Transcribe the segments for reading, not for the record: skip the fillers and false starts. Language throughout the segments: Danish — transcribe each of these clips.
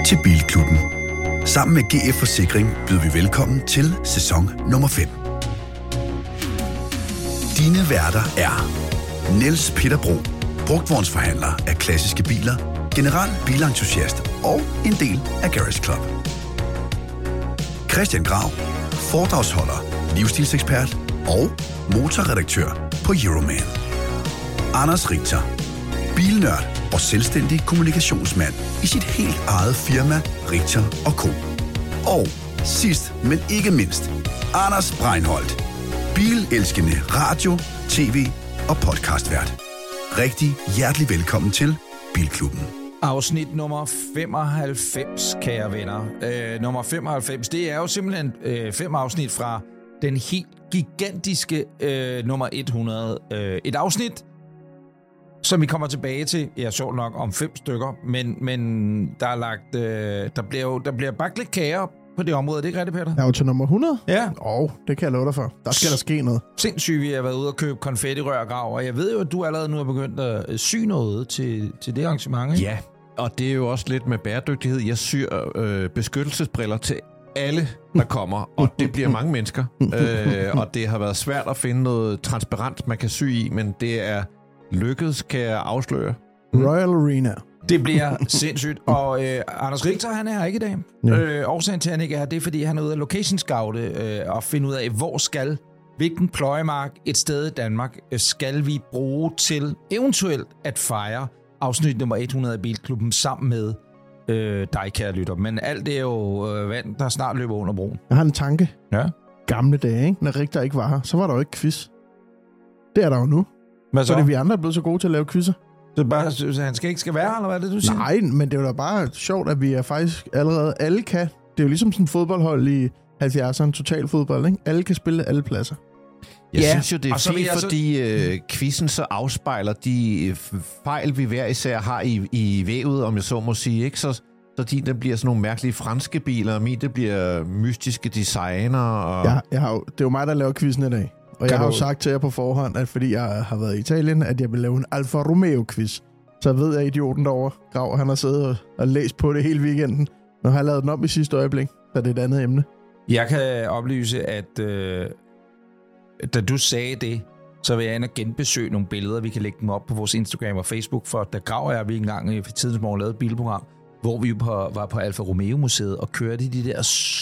til Bilklubben. Sammen med GF Forsikring byder vi velkommen til sæson nummer 5. Dine værter er Niels Peter Bro, brugtvognsforhandler af klassiske biler, general bilentusiast og en del af Garage Club. Christian Grav, foredragsholder, livsstilsekspert og motorredaktør på Euroman. Anders Richter, bilnørd og selvstændig kommunikationsmand i sit helt eget firma Richter & Co. Og sidst, men ikke mindst, Anders Breinholt, bilelskende radio, tv og podcastvært. Rigtig hjertelig velkommen til Bilklubben. Afsnit nummer 95, kære venner. Nummer 95, det er jo simpelthen 5 afsnit fra den helt gigantiske nummer 100. Et afsnit, som vi kommer tilbage til, ja, sjovt nok, om 5 stykker, men der er lagt, der bliver bagt lidt kager på det område, er det ikke rigtigt, Peter? Jeg er jo til nummer 100? Ja. Det kan jeg love dig for. Der skal der ske noget. Sindssygt, vi har været ude og købe konfettirør og grav, og jeg ved jo, at du allerede nu er begyndt at sy noget til det arrangement, ikke? Ja, og det er jo også lidt med bæredygtighed. Jeg syr beskyttelsesbriller til alle, der kommer, og det bliver mange mennesker. Og det har været svært at finde noget transparent, man kan sy i, men det er lykkedes, kan jeg afsløre. Royal Arena. Det bliver sindssygt, og Anders Richter, han er her ikke i dag. Ja. Årsagen til, at han ikke er her, det er, fordi han er ude af location scoute og finde ud af, hvilken pløjemark et sted i Danmark skal vi bruge til eventuelt at fejre afsnit nummer 100 af Bilklubben sammen med dig, kære lytter. Men alt det er jo vand, der snart løber under broen. Jeg har en tanke. Ja. Gamle dage, ikke? Når Richter ikke var her, så var der jo ikke quiz. Det er der jo nu. Hvad så? Fordi vi andre er blevet så gode til at lave quizzer. Så han skal være, eller hvad er det, du siger? Nej, men det er jo da bare sjovt, at vi er faktisk allerede alle kan. Det er jo ligesom sådan et fodboldhold i 70'erne, totalfodbold, ikke? Alle kan spille alle pladser. Jeg synes jo, det er fint, fordi quizzen så afspejler de fejl, vi hver især har i vævet, om jeg så må sige, ikke? Så din, den bliver sådan nogle mærkelige franske biler, og min, det bliver mystiske designer. Og... Ja, det er jo mig, der laver quizzen i dag. Og jeg har jo sagt til jer på forhånd, at fordi jeg har været i Italien, at jeg vil lave en Alfa Romeo-quiz. Så ved jeg, idioten derovre, Grav, han har siddet og læst på det hele weekenden. Nu har jeg lavet den op i sidste øjeblik, så det er et andet emne. Jeg kan oplyse, at da du sagde det, så vil jeg ind og genbesøge nogle billeder. Vi kan lægge dem op på vores Instagram og Facebook, for der Grav og jeg, vi engang i tidens morgen lavede et bilprogram, hvor vi var på Alfa Romeo-museet og kørte de der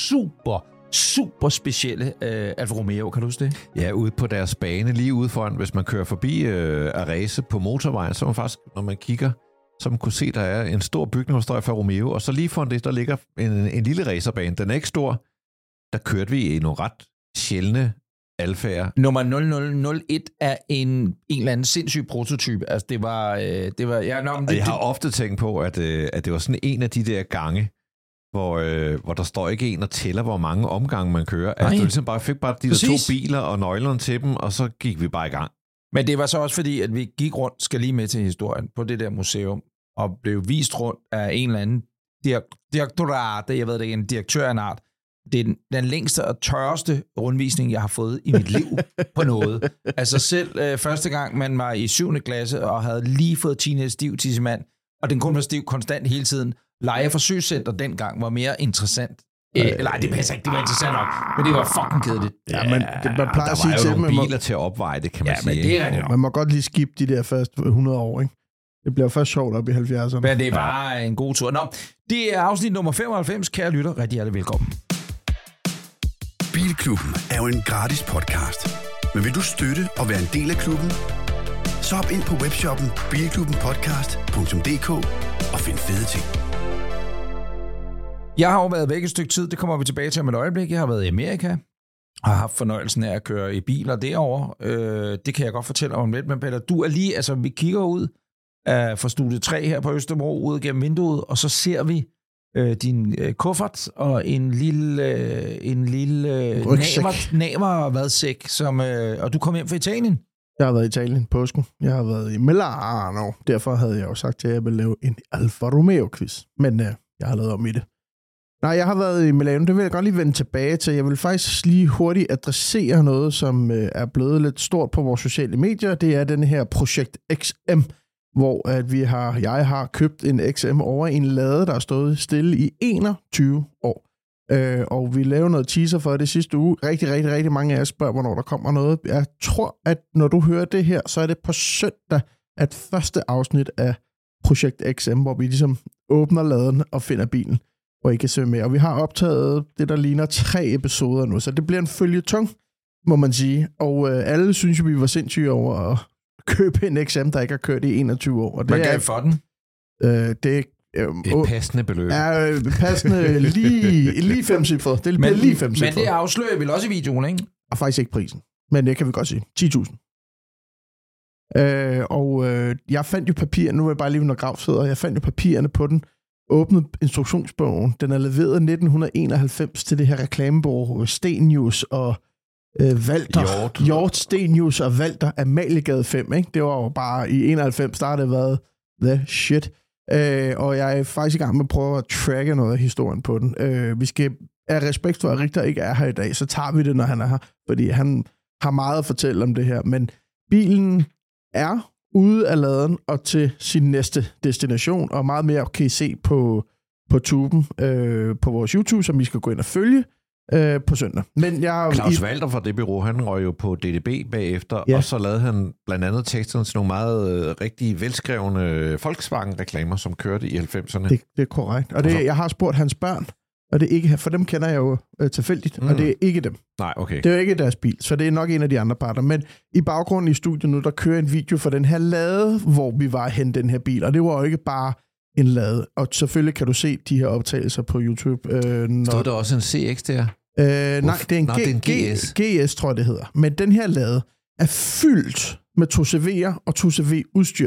super specielle Alfa Romeo, kan du huske det? Ja, ude på deres bane, lige ude foran, hvis man kører forbi Arese på motorvejen, så man faktisk, når man kigger, så man kunne se, der er en stor bygning, hvor står Alfa Romeo, og så lige foran det, der ligger en lille racerbane. Den er ikke stor. Der kørte vi i nogle ret sjældne Alfaer. Nummer 0001 er en eller anden sindssyg prototype. Altså, det var jeg har ofte tænkt på, at det var sådan en af de der gange, hvor der står ikke en og tæller, hvor mange omgange man kører. Altså, du ligesom fik bare de der 2 biler og nøglerne til dem, og så gik vi bare i gang. Men det var så også fordi, at vi gik rundt, skal lige med til historien, på det der museum, og blev vist rundt af en eller anden direktorat, jeg ved det ikke, en direktør af en art. Det er den længste og tørreste rundvisning, jeg har fået i mit liv på noget. Altså selv første gang, man var i 7. klasse og havde lige fået teenage stiv tissemand, og den kun var stiv konstant hele tiden. Lejeforsøgscenter dengang var mere interessant. Eller det passer ikke, det var interessant nok, men det var fucking kedeligt. Ja, men man plejer at sige til dem. Der var jo nogle biler til at opveje det, kan man sige. Men det er man må godt lige skip de der første 100 år, ikke? Det bliver først sjovt op i 70'erne. Men det er bare en god tur. Nå, det er afsnit nummer 95, kære lytter. Rigtig hjertelig velkommen. Bilklubben er jo en gratis podcast. Men vil du støtte og være en del af klubben? Så hop ind på webshoppen bilklubbenpodcast.dk og find fede ting. Jeg har jo været væk et stykke tid, det kommer vi tilbage til om et øjeblik. Jeg har været i Amerika og har haft fornøjelsen af at køre i biler derovre. Det kan jeg godt fortælle om lidt, men Peter, du er lige, altså vi kigger ud fra studie 3 her på Østerbro, ud gennem vinduet, og så ser vi din kuffert og en lille navervadsæk, og du kom hjem fra Italien. Jeg har været i Italien påsken. Jeg har været i Milano. Derfor havde jeg jo sagt til, at jeg ville lave en Alfa Romeo-quiz. Men jeg har lavet om i det. Nej, jeg har været i Milano. Det vil jeg godt lige vende tilbage til. Jeg vil faktisk lige hurtigt adressere noget, som er blevet lidt stort på vores sociale medier. Det er den her Projekt XM. hvor at jeg har købt en XM over en lade, der har stået stille i 21 år. Og vi lavede noget teaser for det sidste uge. Rigtig mange af jer spørger, hvornår der kommer noget. Jeg tror, at når du hører det her, så er det på søndag, at første afsnit af Projekt XM, hvor vi ligesom åbner laden og finder bilen, hvor I kan se med. Og vi har optaget det, der ligner 3 episoder nu, så det bliver en føljeton, må man sige. Og alle synes jo, vi var sindssyge over at købe en XM, der ikke har kørt i 21 år. Og det hvad gav for den? Et passende beløb. Ja, passende lige 5-cifret. Det bliver lige 5-cifret. Men det afslører vel også i videoen, ikke? Og faktisk ikke prisen. Men det kan vi godt sige. 10.000. Jeg fandt jo papir, nu er jeg bare lige under gravsæder, jeg fandt jo papirerne på den, åbnede instruktionsbogen. Den er leveret 1991 til det her reklamebureau Stenius og Walter. Hjort, Stenius og Walter Amaliegade 5, ikke? Det var jo bare i 91, der har det været the shit. Og jeg er faktisk i gang med at prøve at tracke noget af historien på den. Vi skal af respekt for, at Richter ikke er her i dag, så tager vi det, når han er her, fordi han har meget at fortælle om det her. Men bilen er ude af laden og til sin næste destination, og meget mere kan I se på tuben på vores YouTube, som I skal gå ind og følge på søndag. Men Claus Walter fra det bureau, han røg jo på DDB bagefter, ja. Og så lavede han blandt andet teksterne til nogle meget rigtig velskrevne Volkswagen-reklamer, som kørte i 90'erne. Det er korrekt. Og jeg har spurgt hans børn, og det er ikke, for dem kender jeg jo tilfældigt, og det er ikke dem. Nej, okay. Det er jo ikke deres bil, så det er nok en af de andre parter. Men i baggrunden i studiet nu, der kører en video for den her lade, hvor vi var hen den her bil, og det var jo ikke bare en lade. Og selvfølgelig kan du se de her optagelser på YouTube. Stod der også en CX der? Nej, det er en GS. GS, tror jeg, det hedder. Men den her lade er fyldt med 2CV'er og 2CV-udstyr.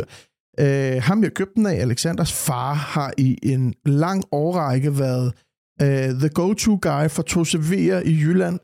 Ham, jeg købte den af, Alexanders far, har i en lang årrække været the go-to-guy for 2CV'er i Jylland.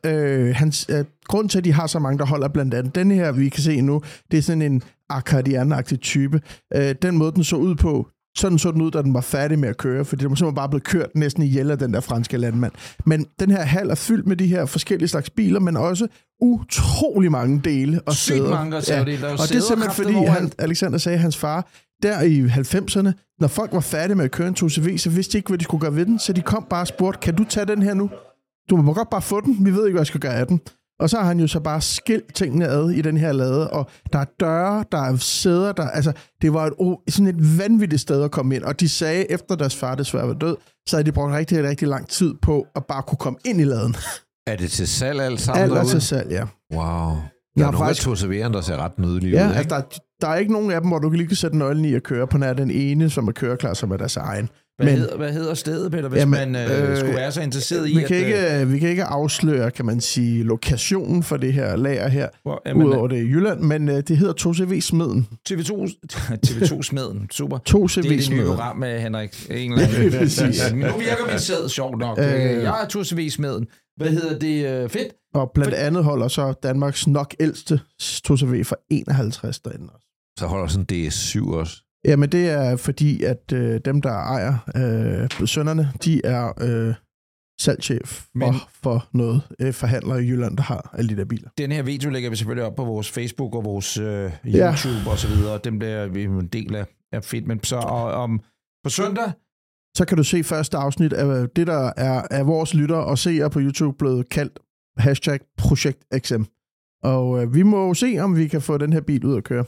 Grunden til, at de har så mange, der holder blandt andet den her, vi kan se nu, det er sådan en Arcadian-agtig type. Den måde, den så ud på, sådan så den ud, da den var færdig med at køre, fordi den var simpelthen bare blevet kørt næsten ihjel af den der franske landmand. Men den her hal er fyldt med de her forskellige slags biler, men også utrolig mange dele og sæder. Sygt mange sæder. Ja. Og det er simpelthen fordi, Alexander sagde, at hans far, der i 90'erne, når folk var færdige med at køre en 2CV, så vidste de ikke, hvad de skulle gøre ved den, så de kom bare og spurgte, kan du tage den her nu? Du må godt bare få den, vi ved ikke, hvad jeg skal gøre af den. Og så har han jo så bare skilt tingene ad i den her lade, og der er døre, der er sæder, altså, det var sådan et vanvittigt sted at komme ind, og de sagde, efter deres far desværre var død, så havde de brugt rigtig lang tid på at bare kunne komme ind i laden. Er det til salg alt sammen derude? Alt til salg, ja. Wow. Der er nogle af 2CV'erne, der ser ret nydelige ud, ikke? Altså, der er ikke nogen af dem, hvor du kan lige kan sætte nøglen i at køre på nær den ene, som er køreklar, som er deres egen. Hvad hedder stedet, Peter, hvis man skulle være så interesseret i, vi kan ikke afsløre, kan man sige, lokationen for det her lager her, udover det i Jylland, men det hedder 2CV-smeden. TV2-smeden, super. 2CV-smeden. Det er det nye program med Henrik. Nu virker min sæd sjovt nok. Jeg er 2CV-smeden. Hvad hedder det? Fedt. Og blandt andet holder så Danmarks nok ældste 2CV for 51 derinde også. Så holder sådan en DS7 også? Jamen, det er fordi, at dem, der ejer sønnerne, de er salgschef for noget forhandler i Jylland, der har alle de der biler. Den her video lægger vi selvfølgelig op på vores Facebook og vores YouTube og så videre. Dem bliver vi en del af fedt. Men så på søndag, så kan du se første afsnit af det, der er af vores lyttere og seere på YouTube blevet kaldt #Projekt XM. Og vi må se, om vi kan få den her bil ud at køre.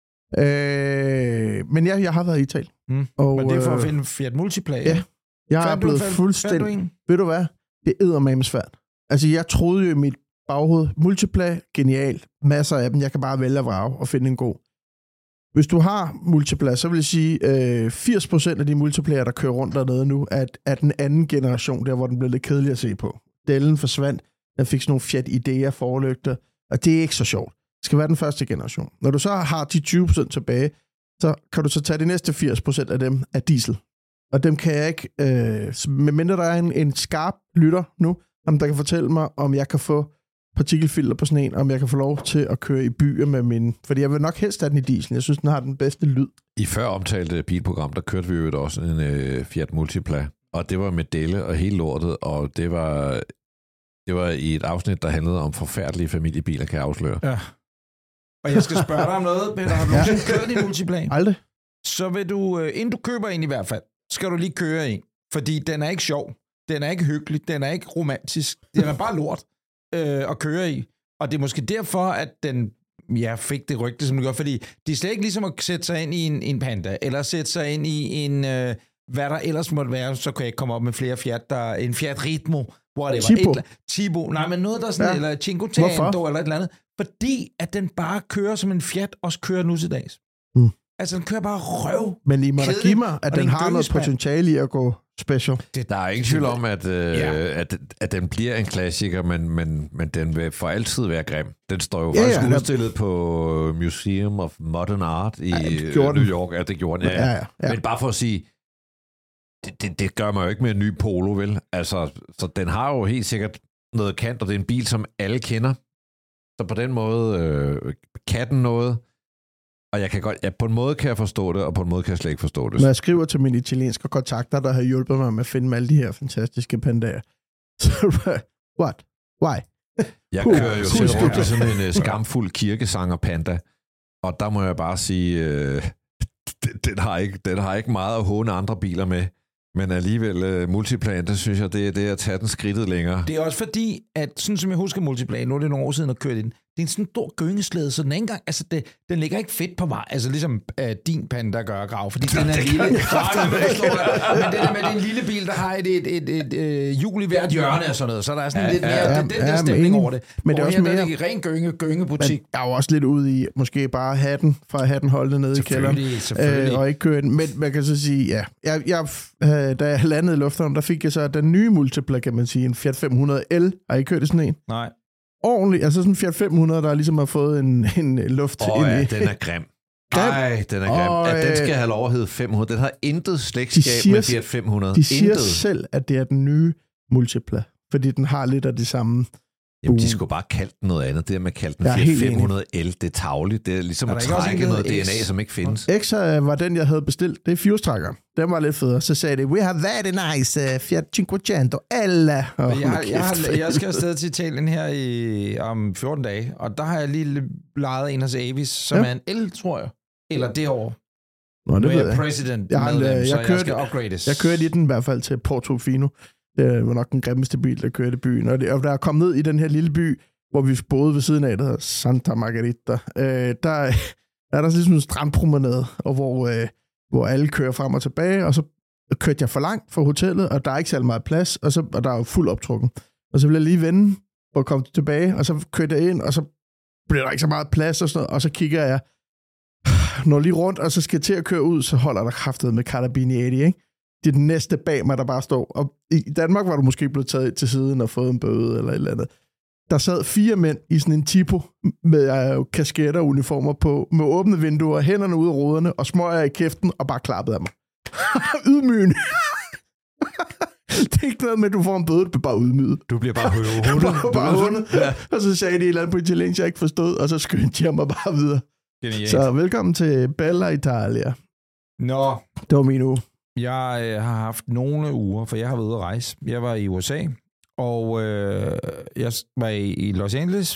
Men jeg har været i Italien. Og, men det er for at finde Fiat Multipla? Ja. Jeg er blevet fuldstændig... Ved du hvad? Det er eddermame svært. Altså, jeg troede jo i mit baghoved, Multipla, genialt. Masser af dem. Jeg kan bare vælge at vrage og finde en god. Hvis du har Multipla, så vil jeg sige, 80% af de multiplayer, der kører rundt dernede nu, er den anden generation, der hvor den blev lidt kedelig at se på. Dellen forsvandt. Den fik sådan nogle Fiat Idea forlygter, og det er ikke så sjovt. Det skal være den første generation. Når du så har de 20% tilbage, så kan du så tage de næste 80% af dem af diesel. Og dem kan jeg ikke, medmindre der er en skarp lytter nu, der kan fortælle mig, om jeg kan få partikelfilter på sådan en, om jeg kan få lov til at køre i byer med min... Fordi jeg vil nok helst have den i diesel. Jeg synes, den har den bedste lyd. I før omtalte bilprogram, der kørte vi jo også en Fiat Multipla. Og det var med delle og hele lortet, og det var i et afsnit, der handlede om forfærdelige familiebiler, kan jeg afsløre. Ja. Og jeg skal spørge dig om noget, Peter. Har du nogensinde kørt i Multipla? Aldrig. så vil du, inden du køber en i hvert fald, skal du lige køre en. Fordi den er ikke sjov, den er ikke hyggelig, den er ikke romantisk, den er bare lort at køre i. Og det er måske derfor, at den fik det rygte, som det gør, fordi de er slet ikke ligesom at sætte sig ind i en Panda, eller sætte sig ind i en, hvad der ellers måtte være, så kan jeg ikke komme op med flere Fiat, en Fiat Ritmo, whatever. Tipo. Nej, men noget der sådan, eller Cinquecento, eller et eller andet. Fordi at den bare kører som en Fiat, også kører nu til dags. Altså, den kører bare røv. Men I må da give mig, at den har noget potentiale i at gå special. Der er ingen tvivl om, at den bliver en klassiker, men den vil for altid være grim. Den står jo faktisk udstillet på Museum of Modern Art i New York. Ja, det gjorde den. Ja. Men bare for at sige, det gør man jo ikke med en ny Polo, vel? Altså, så den har jo helt sikkert noget kant, og det er en bil, som alle kender. Så på den måde kan den noget. Og jeg kan godt, på en måde kan jeg forstå det, og på en måde kan jeg slet ikke forstå det. Når jeg skriver til mine italienske kontakter, der har hjulpet mig med at finde alle de her fantastiske pandaer. What? Why? Jeg kører jo til rundt i sådan en skamfuld kirkesanger panda, og der må jeg bare sige, den har ikke meget at håne andre biler med, men alligevel Multiplan, det synes jeg, det er at tage den skridtet længere. Det er også fordi, at sådan som jeg husker Multiplan, nu er det nogle år siden at køre den, det er en sådan stor gyngeslæde, så den er ikke engang, altså den ligger ikke fedt på vej, altså ligesom din Panda gør Grav, fordi den er lille. Men det der med den lille bil, der har et hjul i hvert hjørne og sådan noget, så der er sådan lidt mere, den der stemning over det. Men det er også mere en ren gyngebutik. Jeg er jo også lidt ude i, måske bare hatten, fra hatten holde nede i kælderen, og ikke køre den. Men man kan så sige, da jeg landede i lufthavnen, der fik jeg så den nye Multipla, kan man sige, en Fiat 500L. Har I kørt i sådan en? Nej. Ordentligt, altså sådan en Fiat 500, der ligesom har fået en luft ind i. Den er grim. Nej, den er grim. At den skal have lov at hedde 500. Den har intet slægtskab med Fiat 500. De siger selv, at det er den nye Multipla, fordi den har lidt af det samme. Jamen, de skulle bare kalde den noget andet. Det med at kalde den Fiat 500L, det er tarveligt. Det er ligesom at trække noget DNA, som ikke findes. X var den, jeg havde bestilt. Det er fjolstrækker. Den var lidt federe. Så sagde de, we have very nice Fiat Cinquecento L. Jeg skal afsted til Italien her om 14 dage, og der har jeg lige lejet en hos Avis, som er en L, tror jeg. Eller det år. Nå, det ved jeg. President medlem, så jeg skal upgrades. Jeg kørte i den i hvert fald til Portofino. Det var nok den grimmeste bil, der kørte i byen. Og der er kommet ned i den her lille by, hvor vi boede ved siden af, der hedder Santa Margherita. Der er der ligesom en strandpromenade, og hvor alle kører frem og tilbage, og så kørte jeg for langt fra hotellet, og der er ikke særlig meget plads, og der er jo fuld optrukken. Og så ville jeg lige vende og komme tilbage, og så kørte jeg ind, og så bliver der ikke så meget plads og sådan noget, og så kigger jeg når lige rundt, og så skal jeg til at køre ud, så holder der kraftet med Carabinieri, ikke? Det er den næste bag mig, der bare står. Og i Danmark var du måske blevet taget til siden og fået en bøde eller et eller andet. Der sad 4 mænd i sådan en tipo med kasketter og uniformer på, med åbne vinduer, hænderne ud af ruderne og smøger i kæften og bare klappede af mig. Ydmygende. Det er ikke noget med, at du får en bøde, du bliver bare ydmyget. Du bliver bare hundet. Ja. Og så sagde de et eller andet på italiensk, jeg ikke forstod, og så skyndte jeg mig bare videre. Genialt. Så velkommen til Bella Italia. Nå. Det var min uge. Jeg har haft nogle uger, for jeg har været ude at rejse. Jeg var i USA, og jeg var i Los Angeles,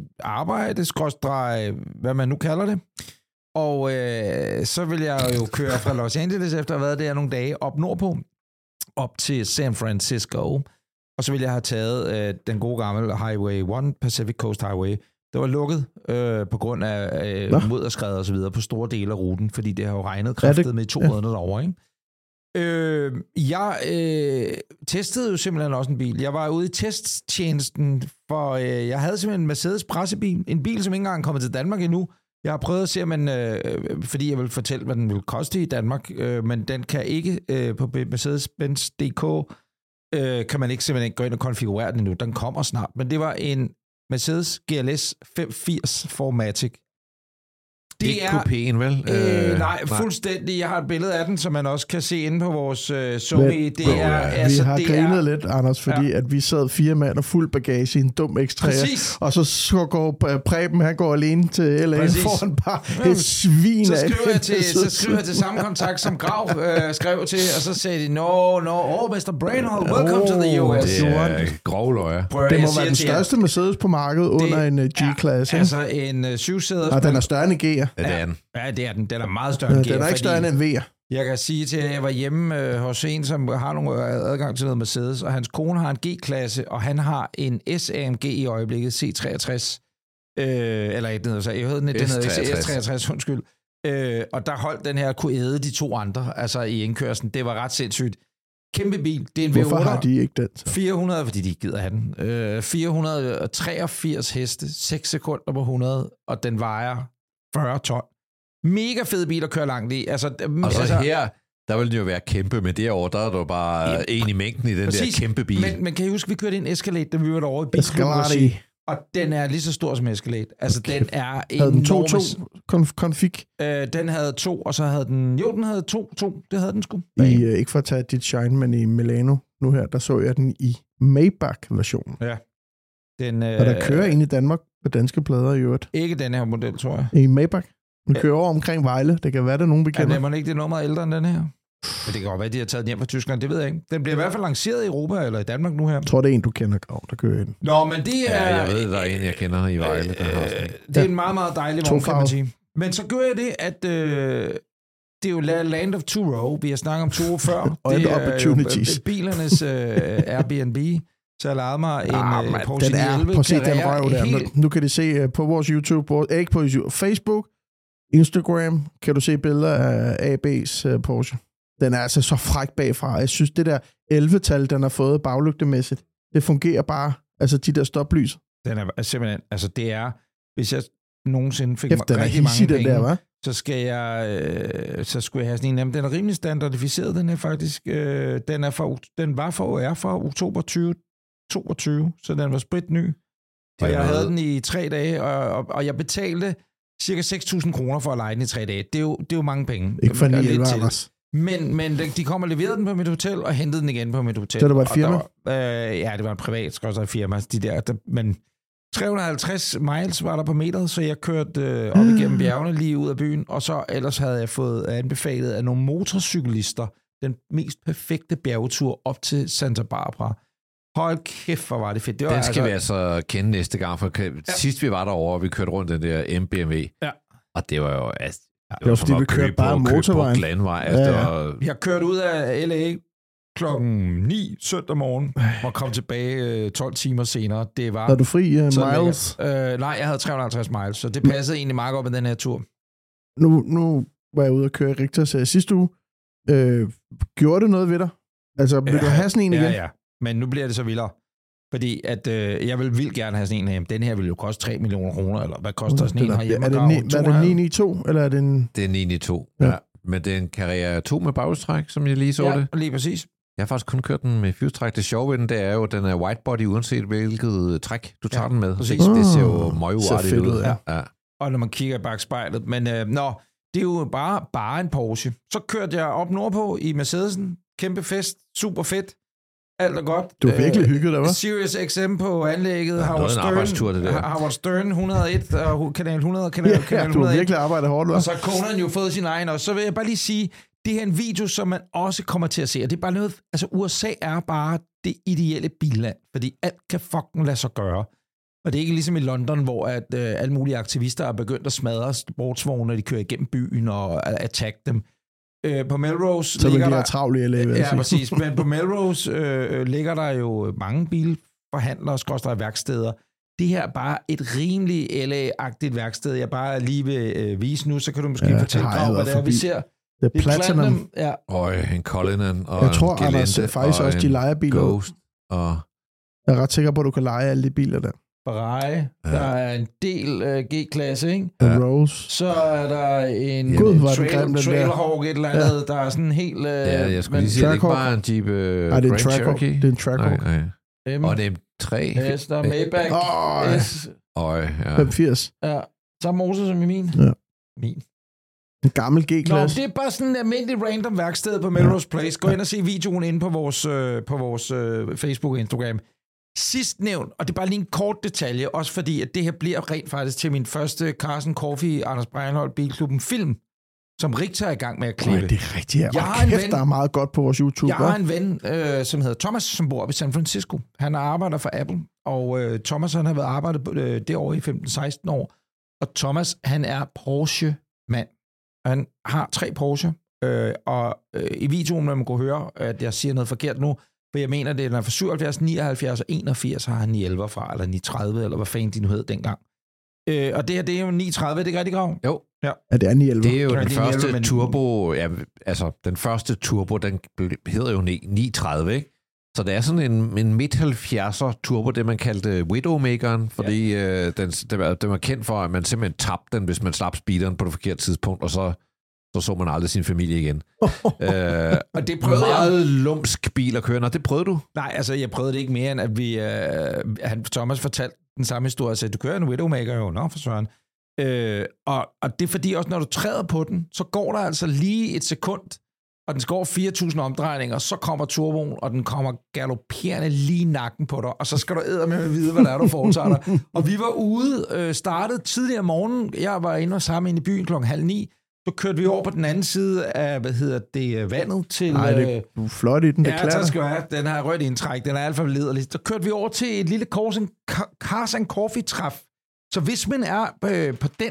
hvad man nu kalder det. Og så vil jeg jo køre fra Los Angeles, efter at have været der nogle dage, op nordpå, op til San Francisco. Og så vil jeg have taget den gode gamle Highway 1, Pacific Coast Highway. Det var lukket på grund af mudderskred og så videre på store dele af ruten, fordi det har jo regnet kraftigt med 2 måneder derovre, ikke? Jeg testede jo simpelthen også en bil. Jeg var ude i testtjenesten, for jeg havde simpelthen en Mercedes pressebil. En bil, som ikke engang er kommet til Danmark endnu. Jeg har prøvet at se, fordi jeg vil fortælle, hvad den vil koste i Danmark, men den kan ikke på Mercedes-Benz.dk kan man ikke simpelthen gå ind og konfigurere den endnu. Den kommer snart. Men det var en Mercedes GLS 580 4MATIC. Det er kupéen, vel? Nej, fuldstændig. Jeg har et billede af den, som man også kan se inde på vores Zoe. Vi har grinet lidt, Anders, fordi at vi sad 4 mand og fuld bagage i en dum X3'er, og så går Preben, han går alene til LA foran bare et svin. Så skriver jeg til samme kontakt, som Grav skrev til, og så sagde de, Mr. Brainhold, welcome to the US. Det er grovløjer. Det må være den største Mercedes på markedet under en G-klasse. Altså en 7-sæders. Og den er større end en G'er. V'er. Ja, det er den. Ja, det er den. Den er meget større end G'er. Den er ikke større end en V'er. Jeg kan sige til, at jeg var hjemme hos en, som har nogle adgang til noget Mercedes, og hans kone har en G-klasse, og han har en S-AMG i øjeblikket, C63. Eller et hedder så. Jeg hørte den S63, undskyld. Og der holdt den her, kunne æde de to andre, altså i indkørslen. Det var ret sindssygt. Kæmpe bil. Det er en V8. Hvorfor har de ikke den? Så? 400, fordi de ikke gider have den. 483 heste, 6 sekunder på 100, og den vejer 40 ton. Mega fed bil at køre langt i. Og så her, der vil den jo være kæmpe, men derovre, der er der bare en i mængden i den der kæmpe bil. Men kan I huske, vi kørte en Escalade, da vi var derovre i bilklubben, og den er lige så stor som Escalade. Altså, okay. Den er enorm. Havde den config? Den havde 2, og så havde den... Jo, den havde 2. Det havde den sgu. Ikke for at tage dit shine, men i Milano nu her, der så jeg den i Maybach-versionen. Ja. Og der kører en i Danmark på danske plader i øvrigt. Ikke den her model, tror jeg. I Maybach. Den kører over omkring Vejle. Det kan være, der nogen bekender. Ja, det er ikke det nummer ældre end den her. Men det kan godt være, de har taget den hjem fra Tyskland. Det ved jeg ikke. Den bliver i hvert fald lanceret i Europa eller i Danmark nu her. Jeg tror, det er en, du kender, der kører ind. Nå, men det er... Ja, jeg ved, der er en, jeg kender i Vejle. Det er en meget, meget dejlig vogn, kan man sige. Men så gør jeg det, at det er jo Land of Two Row. Vi har snakket om Two Row før. Og det opportunities. Er bilernes Airbnb. Så jeg lavede mig en Porsche 911. Prøv at se den røv der. Nu kan de se på vores YouTube, ikke på YouTube, Facebook, Instagram, kan du se billeder af AB's Porsche. Den er altså så fræk bagfra. Jeg synes, det der 11-tal, den har fået baglygtemæssigt, det fungerer bare. Altså de der stoplys. Den er simpelthen, altså det er, hvis jeg nogensinde fik mig rigtig mange penge, der, så skulle jeg have sådan en. Jamen, den er rimelig standardificeret, den er faktisk. Den var fra oktober 2022, så den var spritny. Og jeg havde den i 3 dage, og jeg betalte cirka 6.000 kroner for at leje den i 3 dage. Det er jo mange penge. Ikke for 9 Men de kom og leverede den på mit hotel, og hentede den igen på mit hotel. Så det var et firma? Ja, det var en privat, skal også have firma. Men 350 miles var der på meteret, så jeg kørte op igennem bjergene lige ud af byen, og så ellers havde jeg fået anbefalet af nogle motorcyklister den mest perfekte bjergetur op til Santa Barbara. Hold kæft, hvor var det fedt. Den skal vi altså kende næste gang, for sidst vi var derovre, vi kørte rundt den der MBMW, og det var jo... Det var fordi, vi kørte bare motorvejen. Jeg kørte ud af LA klokken 9 søndag morgen, og kom tilbage 12 timer senere. Det var... Var du fri miles? Nej, jeg havde 350 miles, så det passede egentlig meget godt med den her tur. Nu var jeg ude og køre i Richter sidste uge. Gjorde det noget ved dig? Altså, vil du have sådan en igen? Ja. Men nu bliver det så vildere. Fordi at jeg vil vildt gerne have sådan en herhjemme. Den her vil jo koste 3 millioner kroner, eller hvad koster sådan en herhjemme? Er det 992, eller er det en... Det er 992, ja. Men det er en Carrera 2 med bagstræk, som jeg lige så det. Ja, lige præcis. Jeg har faktisk kun kørt den med fyrtræk. Det sjove ved den, det er jo, den er whitebody, uanset hvilket træk du tager den med. Præcis. Det ser jo møguartigt ud. Ja. Og når man kigger i bagspejlet. Men det er jo bare en Porsche. Så kørte jeg op nordpå i Mercedesen. Kæmpe fest. Super fedt. Alt er godt. Du er virkelig hygget der, hva'? Sirius XM på anlægget. Howard Stern 101 og kanal 100. Kanal 101. Du har virkelig arbejdet hårdt, hva'? Og så har Conan jo fået sin egen. Og så vil jeg bare lige sige, det her er en video, som man også kommer til at se. Og det er bare noget... Altså, USA er bare det ideelle billand. Fordi alt kan fucking lade sig gøre. Og det er ikke ligesom i London, hvor at, alle mulige aktivister er begyndt at smadre sportsvogne, når de kører igennem byen og attack dem. På Melrose så ligger der... travlt i LA, ja, præcis. Men på Melrose ligger der jo mange bilforhandlere, skråstreg værksteder. Det her er bare et rimelig LA-agtigt værksted, jeg bare lige vil vise nu, så kan du måske fortælle, hvad det er, vi ser. Det er Platinum. Ja. En Cullinan og jeg tror, Anders, faktisk også de leger biler. Ghost og... Jeg er ret sikker på, at du kan lege alle de biler der. Ferrari. Der er en del G-klasse, ikke? Rose. Så er der en Trailhawk, et eller andet, der er sådan helt... jeg skulle lige sige, det er ikke bare en Jeep Grand Cherokee. Det er en Trackhawk. Og det er 3. S, der er Maybach. S. 85. Ja, samme motor som i min. Ja. Min. En gammel G-klasse. Det er bare sådan en almindelig random værksted på Melrose Place. Gå ind og se videoen inde på vores Facebook og Instagram. Sidst nævnt, og det er bare lige en kort detalje, også fordi, at det her bliver rent faktisk til min første Carsten Coffey, Anders Breinholt, Bilklubben film, som Richter er i gang med at klippe. Det er rigtigt, ja. Kæft, der er meget godt på vores YouTube. Jeg har en ven, som hedder Thomas, som bor i San Francisco. Han arbejder for Apple, og Thomas han har været arbejdet derovre i 15-16 år, Og Thomas, han er Porsche-mand. Han har 3 Porsche, og i videoen, man kunne høre, at jeg siger noget forkert nu, for jeg mener, det er fra 77, 79 og 81 har han 911 fra, eller 930, eller hvad fanden de nu hed dengang. Og det her, det er jo 930, det er rigtig grav? Jo. Ja, det er 911. Det er jo den første turbo, altså den første turbo, den hedder jo 930, ikke? Så det er sådan en midt-70'er turbo, det man kaldte Widowmakeren, fordi den var kendt for, at man simpelthen tabte den, hvis man slap speederen på det forkerte tidspunkt, og så man aldrig sin familie igen. Og det prøvede meget lumsk bil at køre. Nå, det prøvede du? Nej, altså jeg prøvede det ikke mere, end at Thomas fortalte den samme historie, og sagde, du kører en Widowmaker jo, nå for søren. Og det er fordi også, når du træder på den, så går der altså lige et sekund, og den skal 4.000 omdrejninger, så kommer turboen, og den kommer galopperende lige i nakken på dig, og så skal du eddermame vide, hvad der er, du foretager dig. Og vi var ude, startede tidligere om morgenen, jeg var inde og sammen inde i byen 8:30, så kørte vi over på den anden side af, vandet til... Nej, det er flot i den, det klarer. Ja, så skal jeg. Den har rødt indtræk, den er alt for lederlig. Så kørte vi over til et lille Cars and Coffee-træf. Så hvis man er på den,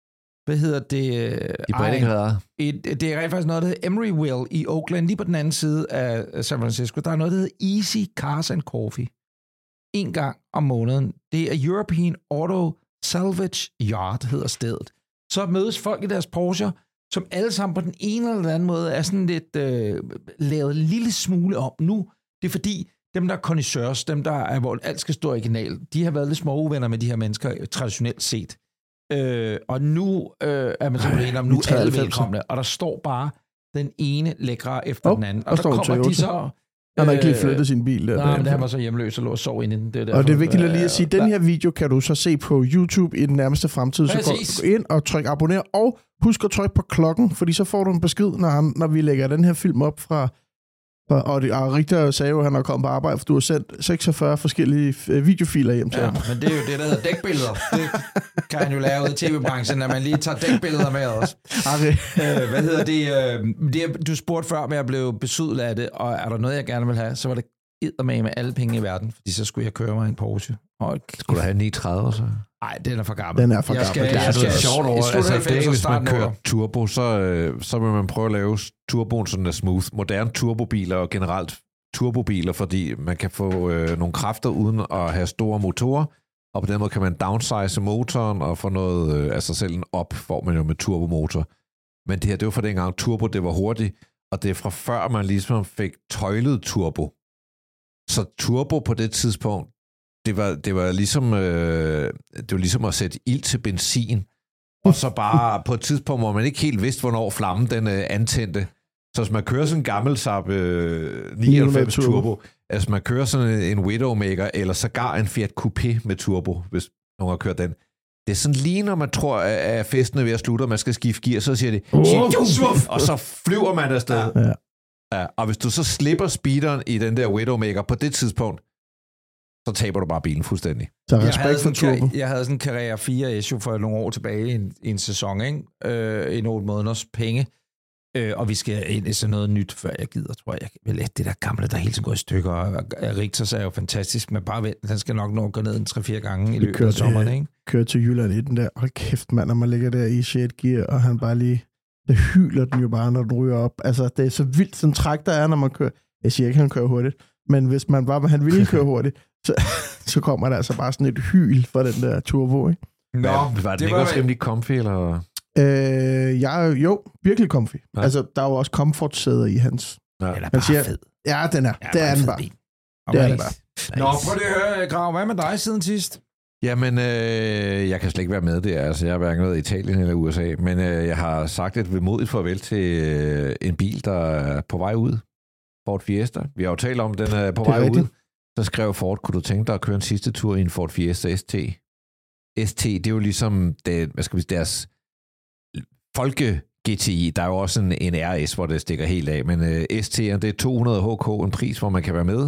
i breddegrader. Det er rent faktisk noget, der hedder Emeryville i Oakland, lige på den anden side af San Francisco. Der er noget, der hedder Easy Cars and Coffee. En gang om måneden. Det er European Auto Salvage Yard, hedder stedet. Så mødes folk i deres Porsche, som alle sammen på den ene eller den anden måde er sådan lidt lavet en lille smule om nu. Det er fordi, dem der er connoisseurs, dem der er, hvor alt skal stå original, de har været lidt små uvenner med de her mennesker, traditionelt set. Og nu er man så enig om, nu er alle velkomne, og der står bare den ene lækre efter den anden. Og der kommer Toyota. De så... Han har ikke lige flyttet sin bil. Nej, men der var så hjemløs og lå og sov inde i den. Det og det er vigtigt at lige at sige, den her video kan du så se på YouTube i den nærmeste fremtid. Så gå ind og tryk abonner, og husk at trykke på klokken, fordi så får du en besked, når vi lægger den her film op fra og Richter sagde jo, at han har kommet på arbejde, for du har sendt 46 forskellige videofiler hjem til ham. Men det er jo det, der hedder dækbilleder. Det kan han jo lære ud i tv-branchen, at man lige tager dækbilleder med os. Okay. Du spurgte før, om jeg blev besudlet af det, og er der noget, jeg gerne vil have, så var det med alle penge i verden, fordi så skulle jeg køre mig en Porsche. Skulle du have en 930 så? Nej, den er for gammel. Den er for gammel. Det er sjovt over. Altså, hvis man kører turbo, så vil man prøve at lave turboen sådan der smooth. Moderne turbobiler og generelt turbobiler, fordi man kan få nogle kræfter uden at have store motorer, og på den måde kan man downsize motoren og få noget, altså selv en op, får man jo med turbomotor. Men det her, det var for dengang turbo, det var hurtigt, og det er fra før man ligesom fik tøjlet turbo. Så turbo på det tidspunkt, det var ligesom at sætte ild til benzin, og så bare på et tidspunkt, hvor man ikke helt vidste, hvornår flammen den antændte. Så hvis man kører sådan en gammel Saab 99 turbo, altså man kører sådan en Widowmaker, eller sågar en Fiat Coupé med turbo, hvis nogen har kørt den. Det er sådan lige, når man tror, at festen er ved at slutte, og man skal skifte gear, så siger det, og så flyver man afsted. Ja, og hvis du så slipper speederen i den der Widowmaker på det tidspunkt, så taber du bare bilen fuldstændig. Så respekt for turbo. Jeg havde sådan en Carrera 4 SU for nogle år tilbage i en sæson, ikke? En 8 måneders penge. Og vi skal ind i sådan noget nyt, før jeg gider, tror jeg. Det der gamle, der hele tiden går i stykker. Og Richter er jo fantastisk, men bare vent, den skal nok nå at gå ned 3-4 gange i løbet af sommeren, ikke? Kører til Jylland i den der. Hold kæft, mand, når man ligger der i 6. gear, og han bare lige... Det hyler den jo bare, når den ryger op. Altså, det er så vildt, sådan træk der er, når man kører... Jeg siger ikke, han kører hurtigt, men hvis man bare han ville køre hurtigt, så kommer der altså bare sådan et hyl fra den der turbo, ikke? Nå, var det ikke også rimelig comfy, eller... Jo, virkelig comfy. Ja. Altså, der er jo også comfort-sæder i hans. Ja. Den er bare siger, fed. Ja, den er. Det er den bare. Det er den bare. Nice. Nå, prøv lige at høre, Grav. Hvad med dig siden sidst? Jamen, jeg kan slet ikke være med det. Altså, jeg har hverken været i Italien eller USA, men jeg har sagt et vemodigt farvel til en bil, der er på vej ud. Ford Fiesta. Vi har jo talt om, den er på vej ud. Så skrev Ford, kunne du tænke dig at køre en sidste tur i en Ford Fiesta ST? ST, det er jo ligesom deres folke-GTI. Der er jo også en RS, hvor det stikker helt af, men ST'en, det er 200 HK, en pris, hvor man kan være med.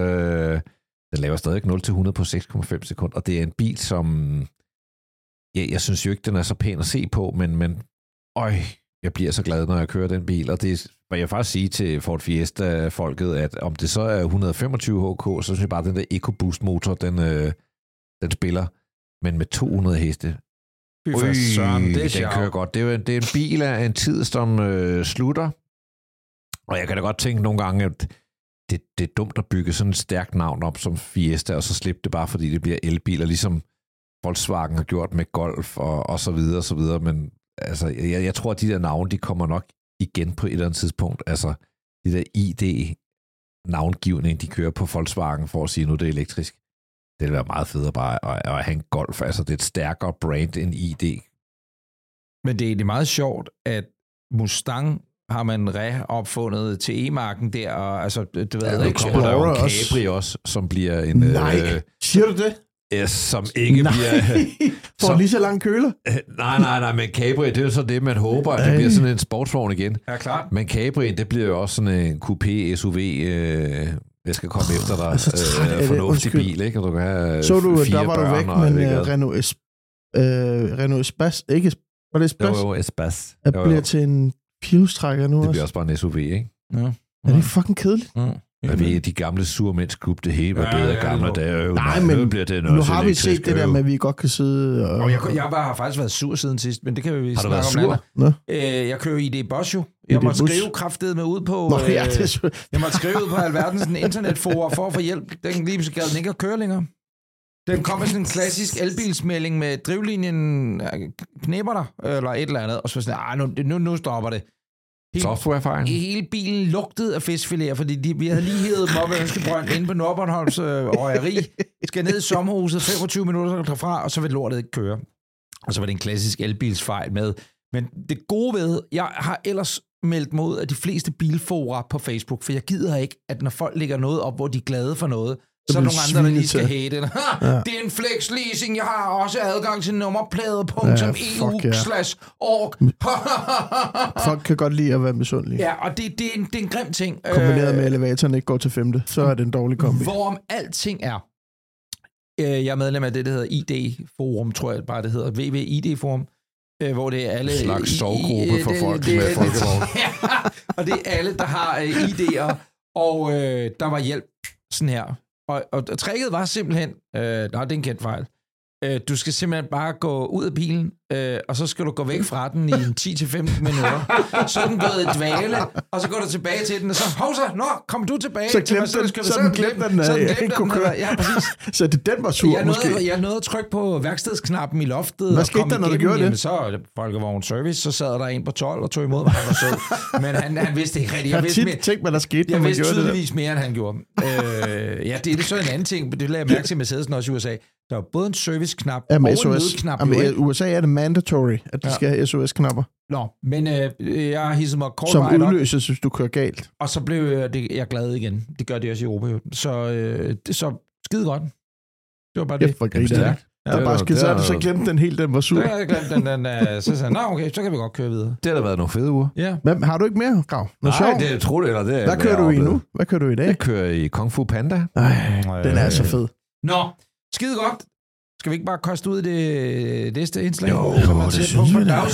Den laver stadig 0-100 på 6,5 sekunder, og det er en bil, som... Jeg synes jo ikke, den er så pæn at se på, men jeg bliver så glad, når jeg kører den bil, og det vil jeg faktisk sige til Ford Fiesta-folket, at om det så er 125 HK, så synes jeg bare, at den der EcoBoost-motor, den spiller, men med 200 heste. Den kører godt. Det er en bil af en tid, som slutter. Og jeg kan da godt tænke nogle gange, at det er dumt at bygge sådan et stærkt navn op som Fiesta, og så slippe det bare, fordi det bliver elbiler, ligesom Volkswagen har gjort med Golf og så videre, og så videre. Men altså, jeg tror, at de der navne, de kommer nok igen på et eller andet tidspunkt. Altså, de der ID-navngivning, de kører på Volkswagen for at sige, nu det er elektrisk. Det vil være meget federe bare at have en Golf. Altså, det er et stærkere brand end ID. Men det er egentlig meget sjovt, at Mustang har man reopfundet til E-marken der, og altså, du ved ikke... kommer der jo en Capri også, som bliver en... Nej, siger du det? Som ikke bliver... Får lige så lang køler? Nej, men Capri, det er jo så det, man håber, at det bliver sådan en sportsvogn igen. Ja, klart. Men Capri, det bliver jo også sådan en coupé SUV, jeg skal komme efter dig, fornuftig bil, ikke? Og du kan have så du, der var børn, du væk, men Renault Espace, ikke? Var det Espace? Jo, Espace. Det bliver til en pilstrækker nu også. Det bliver også bare en SUV, ikke? Ja. Er det fucking kedeligt? Ja. Ved de gamle surmændsklub, det hele var bedre gamle dage. Nej, men bliver det nu har vi set det der med, at vi godt kan sidde og... Jeg har faktisk været sur siden sidst, men det kan vi snakke om. Har du været sur? Jeg kører ID Bosch jo. Jeg måtte skrive kraftedet med ud på... jeg måtte skrive ud på alverdens internetforer for at få hjælp. Den lige gad den ikke at køre længere. Den kom med sådan en klassisk elbilsmelding med drivlinjen knæber der, eller et eller andet, og så sådan, nu stopper det. Softwarefejl. Hele bilen lugtede af fiskfiléer, fordi vi havde lige hævet dem op af Ønskebrønd inde på Nordbornholms røgeri. Skal ned i sommerhuset 25 minutter derfra, og så vil lortet ikke køre. Og så var det en klassisk elbilsfejl med. Men det gode ved, jeg har ellers meldt mod af de fleste bilforer på Facebook, for jeg gider ikke, at når folk lægger noget op, hvor de er glade for noget, så er der nogle andre, der lige skal hate det. Det er en flex leasing, jeg har også adgang til nummerplade.eu/org. Folk kan godt lide at være misundelige. Ja, og det er en grim ting. Kombineret med elevatoren ikke går til 5., så er det en dårlig kombi. Hvorom alting er. Jeg er medlem af det, der hedder ID-forum, tror jeg bare det hedder. VVID-forum. Hvor det er alle... En slags sovgruppe for folk med folkevogn. Ja, og det er alle, der har ID'er. Og der var hjælp sådan her. Og tricket var simpelthen... det er en kendt fejl. Du skal simpelthen bare gå ud af bilen, og så skal du gå væk fra den i 10-15 minutter. Så er den gået i dvale, og så går du tilbage til den, og så, hovsa, kom du tilbage. Så glemte den, Ja, præcis. Så den var sur, måske. Jeg nåede at trykke på værkstedsknappen i loftet. Hvad skete der, når du gjorde det? Så Folkevogn Service, så sad der en på 12 og tog imod mig, han var sød. Men han vidste ikke rigtigt. Jeg vidste tydeligvis mere, end han gjorde. Det er så en anden ting, det lader jeg mærke til Mercedesen også i USA. Der er både en service-knap og en nødknap. I USA er det mandatory, at de skal have SOS-knapper. Nå, men jeg hissede mig kort som udløses, hvis du kører galt. Og så blev jeg glad igen. Det gør de også i Europa. Så skide godt. Det var bare det. Der er bare skidt, så glemte den helt, den var sur. Jeg glemte den. Så sagde jeg, okay, så kan vi godt køre videre. Det har da været nogle fede uger. Ja. Men har du ikke mere, Grav? Nej, det er troligt, eller det er... Hvad kører du i nu? Hvad kører du i dag? Jeg kører i Kung Fu Panda. Den er så fed. Nå, skide godt. Skal vi ikke bare koste ud i det næste indslag? Jo, det synes vi da.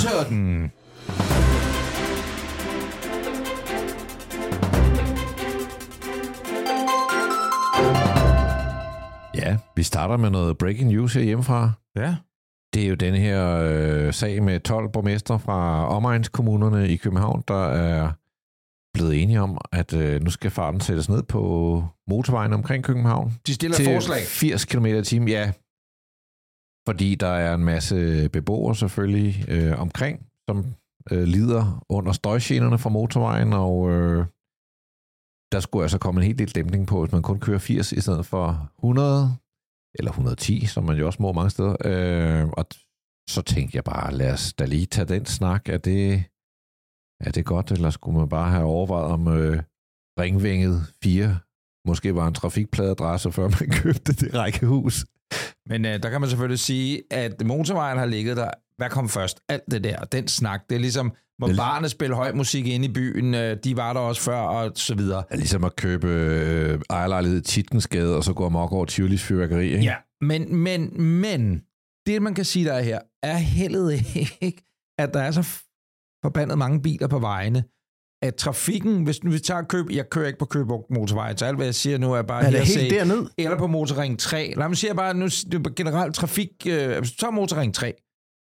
Ja, vi starter med noget breaking news her hjemmefra. Ja. Det er jo den her sag med 12 borgmestre fra omegnskommunerne i København, der er blevet enige om, at nu skal farten sættes ned på motorvejen omkring København. De stiller til forslag. 80 km/t, ja. Fordi der er en masse beboere selvfølgelig omkring, som lider under støjgenerne fra motorvejen, og der skulle altså komme en helt del dæmpning på, hvis man kun kører 80 i stedet for 100, eller 110, som man jo også må mange steder. Og så tænkte jeg bare, lad os da lige tage den snak. Er det godt, eller skulle man bare have overvejet om Ringvinget 4 måske var en trafikpladeadresse, før man købte det rækkehus? Men der kan man selvfølgelig sige, at motorvejen har ligget der. Hvad kom først? Alt det der, den snak. Det er ligesom, hvor barnet spiller høj musik inde i byen. De var der også før, og så videre. Det er ligesom at købe ejerlejlighed i Tietgensgade, og så gå amok over Tivolis fyrværkeri, ikke? Ja, men det, man kan sige, der er her, er heldet ikke, at der er så forbandet mange biler på vejene, at trafikken, hvis vi tager jeg kører ikke på Køge motorvej, så alt hvad jeg siger nu er bare her helt derned? Eller på motorring 3. Lad mig sige bare, nu generelt trafik, hvis du tager motorring 3,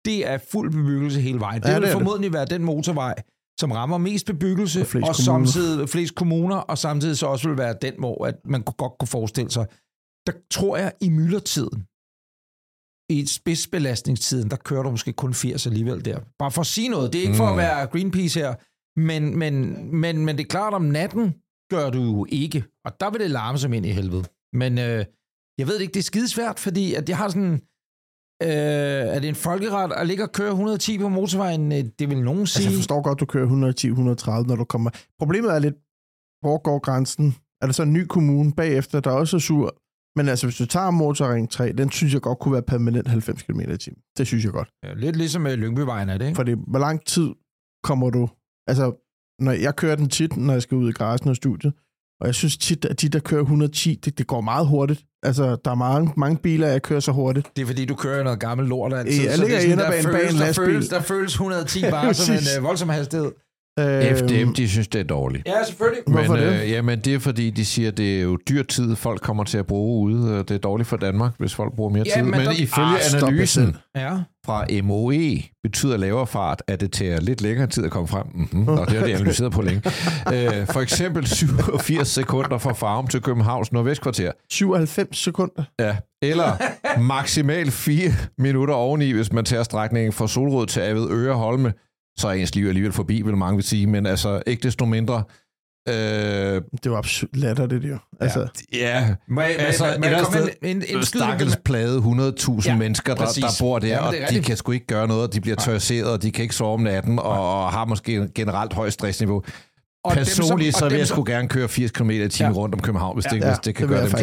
det er fuld bebyggelse hele vejen. Det vil formodentlig være den motorvej, som rammer mest bebyggelse, og samtidig flest kommuner, og samtidig så også vil være den, hvor at man godt kunne forestille sig. Der tror jeg, i myldretiden, i spidsbelastningstiden, der kører du måske kun 80 alligevel der. Bare for at sige noget. Det er ikke for at være Greenpeace her, men det er klart, om natten gør du jo ikke. Og der vil det larme som ind i helvede. Men jeg ved ikke, det er skidesvært, fordi at jeg har sådan... er det en folkeret at ligge og køre 110 på motorvejen? Det vil nogen sige. Altså, jeg forstår godt, du kører 110-130, når du kommer... Problemet er lidt, hvor går grænsen? Er der så en ny kommune bagefter, der også er sur? Men altså, hvis du tager Motorring 3, den synes jeg godt kunne være permanent 90 km/t. Det synes jeg godt. Ja, lidt ligesom med Lyngbyvejen er det, ikke? Fordi hvor lang tid kommer du... Altså, når jeg kører den tit, når jeg skal ud i garagen og studiet, og jeg synes tit, at de, der kører 110, det går meget hurtigt. Altså, der er mange biler, jeg kører så hurtigt. Det er fordi, du kører noget gammelt lort altid. Jeg ligger i bag en lastbil. Der føles 110 bare som en voldsom hastighed. FDM, de synes, det er dårligt. Ja, selvfølgelig. Hvorfor det? Jamen, det er fordi, de siger, det er jo dyr tid, folk kommer til at bruge ude. Det er dårligt for Danmark, hvis folk bruger mere tid. Men ifølge analysen fra MOE betyder lavere fart, at det tager lidt længere tid at komme frem. Og det har de analyseret på længe. For eksempel 87 sekunder fra Farum til Københavns Nordvestkvarter. 97 sekunder? Ja, eller maksimalt 4 minutter oveni, hvis man tager strækningen fra Solrød til Avedøre Holme. Så er ens liv alligevel forbi, vil mange vil sige, men altså ikke desto mindre. Det var absurd latterligt, det jo. Altså, ja. En stakkels plade 100.000 mennesker, der bor der, og de kan sgu ikke gøre noget, og de bliver tørseret, og de kan ikke sove om natten, og har måske generelt højt stressniveau. Personligt så vil jeg sgu gerne køre 80 km/t rundt om København, hvis det kan gøre det.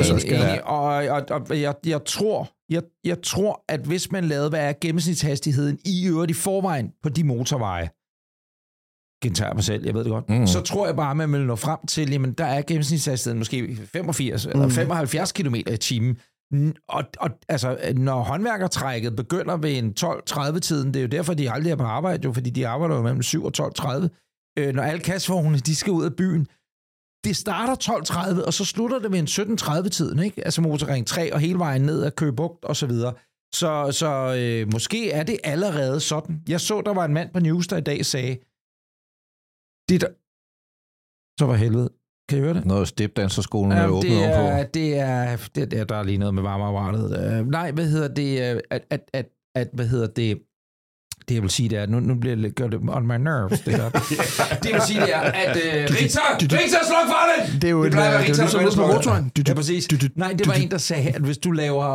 Jeg tror, at hvis man lavede, hvad er gennemsnitshastigheden i øvrigt i forvejen på de motorveje, gentager mig selv, jeg ved det godt, så tror jeg bare, at man vil nå frem til, jamen der er gennemsnitshastigheden måske 85 eller 75 km/t. Og altså, når håndværkertrækket begynder ved en 12:30-tiden, det er jo derfor, de aldrig er på arbejde, jo, fordi de arbejder jo mellem 7 og 12:30. Når alle kassevognene, de skal ud af byen, det starter 12:30, og så slutter det ved en 17:30-tiden, ikke? Altså Motorring 3 og hele vejen ned af Køge Bugt og så videre. Så måske er det allerede sådan. Jeg så, der var en mand på News, der i dag sagde, det der... Så var helvede. Kan I høre det? Noget stepdanserskolen er åbnet ovenpå. Det er der er lige noget med varmeapparatet. Nej, hvad hedder det? Hvad hedder det? Det jeg vil sige, det er, nu bliver det, gør det on my nerves, det der. Det jeg vil sige, det er, at Rita, sluk for det! Det er jo det plejer at være Rita, der sluk på motoren. Ja, præcis. Nej, det var en, der sagde, at hvis du laver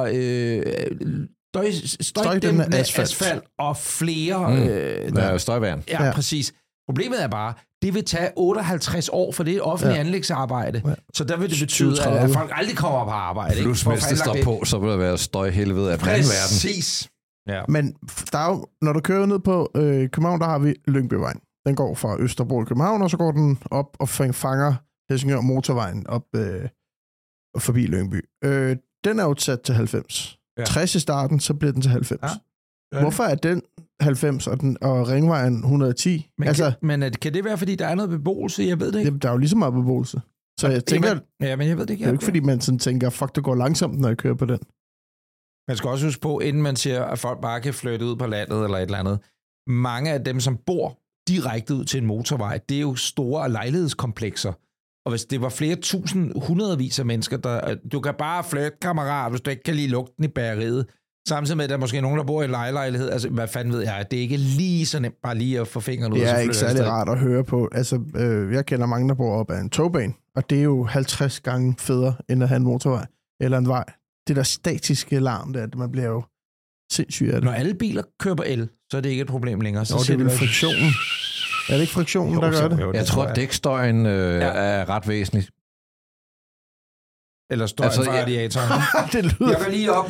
støjdæmpende asfalt og flere... støjværn. Ja, præcis. Problemet er bare, det vil tage 58 år, for det er offentligt anlægsarbejde. Ja. Så der vil det betyde, at folk aldrig kommer på arbejde. Plus mens det står på, så vil der være støjhelvede af den anden verden. Præcis. Ja. Men der er jo, når du kører ned på København, der har vi Lyngbyvejen. Den går fra Østerbro i København, og så går den op og fanger Helsingør motorvejen op forbi Lyngby. Den er jo sat til 90. Ja. 60 i starten, så bliver den til 90. Ja. Hvorfor er den 90 og Ringvejen 110? Men kan det være, fordi der er noget beboelse? Jeg ved det ikke. Der er jo lige så meget beboelse. Så jeg tænker, men jeg ved det ikke. Det er jo ikke, fordi man sådan tænker, fuck, det går langsomt, når jeg kører på den. Man skal også huske på, inden man siger, at folk bare kan flytte ud på landet eller et eller andet. Mange af dem, som bor direkte ud til en motorvej, det er jo store lejlighedskomplekser. Og hvis det var flere hundredvis af mennesker, du kan bare flytte, kammerat, hvis du ikke kan lide lugten i bageriet. Samtidig med, at der er måske nogen, der bor i en lejlighed. Altså, hvad fanden ved jeg? Det er ikke lige så nemt bare lige at få fingrene ud. Det er ikke særlig rart at høre på. Altså, jeg kender mange, der bor op ad en togbane, og det er jo 50 gange federe, end at have en motorvej eller en vej. Det der statiske larm, der, man bliver jo sindssygt af det. Når alle biler kører på el, så er det ikke et problem længere. Så det er vel friktionen. Er det ikke friktionen, der gør det? Jeg tror, at dækstøjen er ret væsentlig. Eller støjen fra radiatoren. Det lyder... Jeg kan lige op...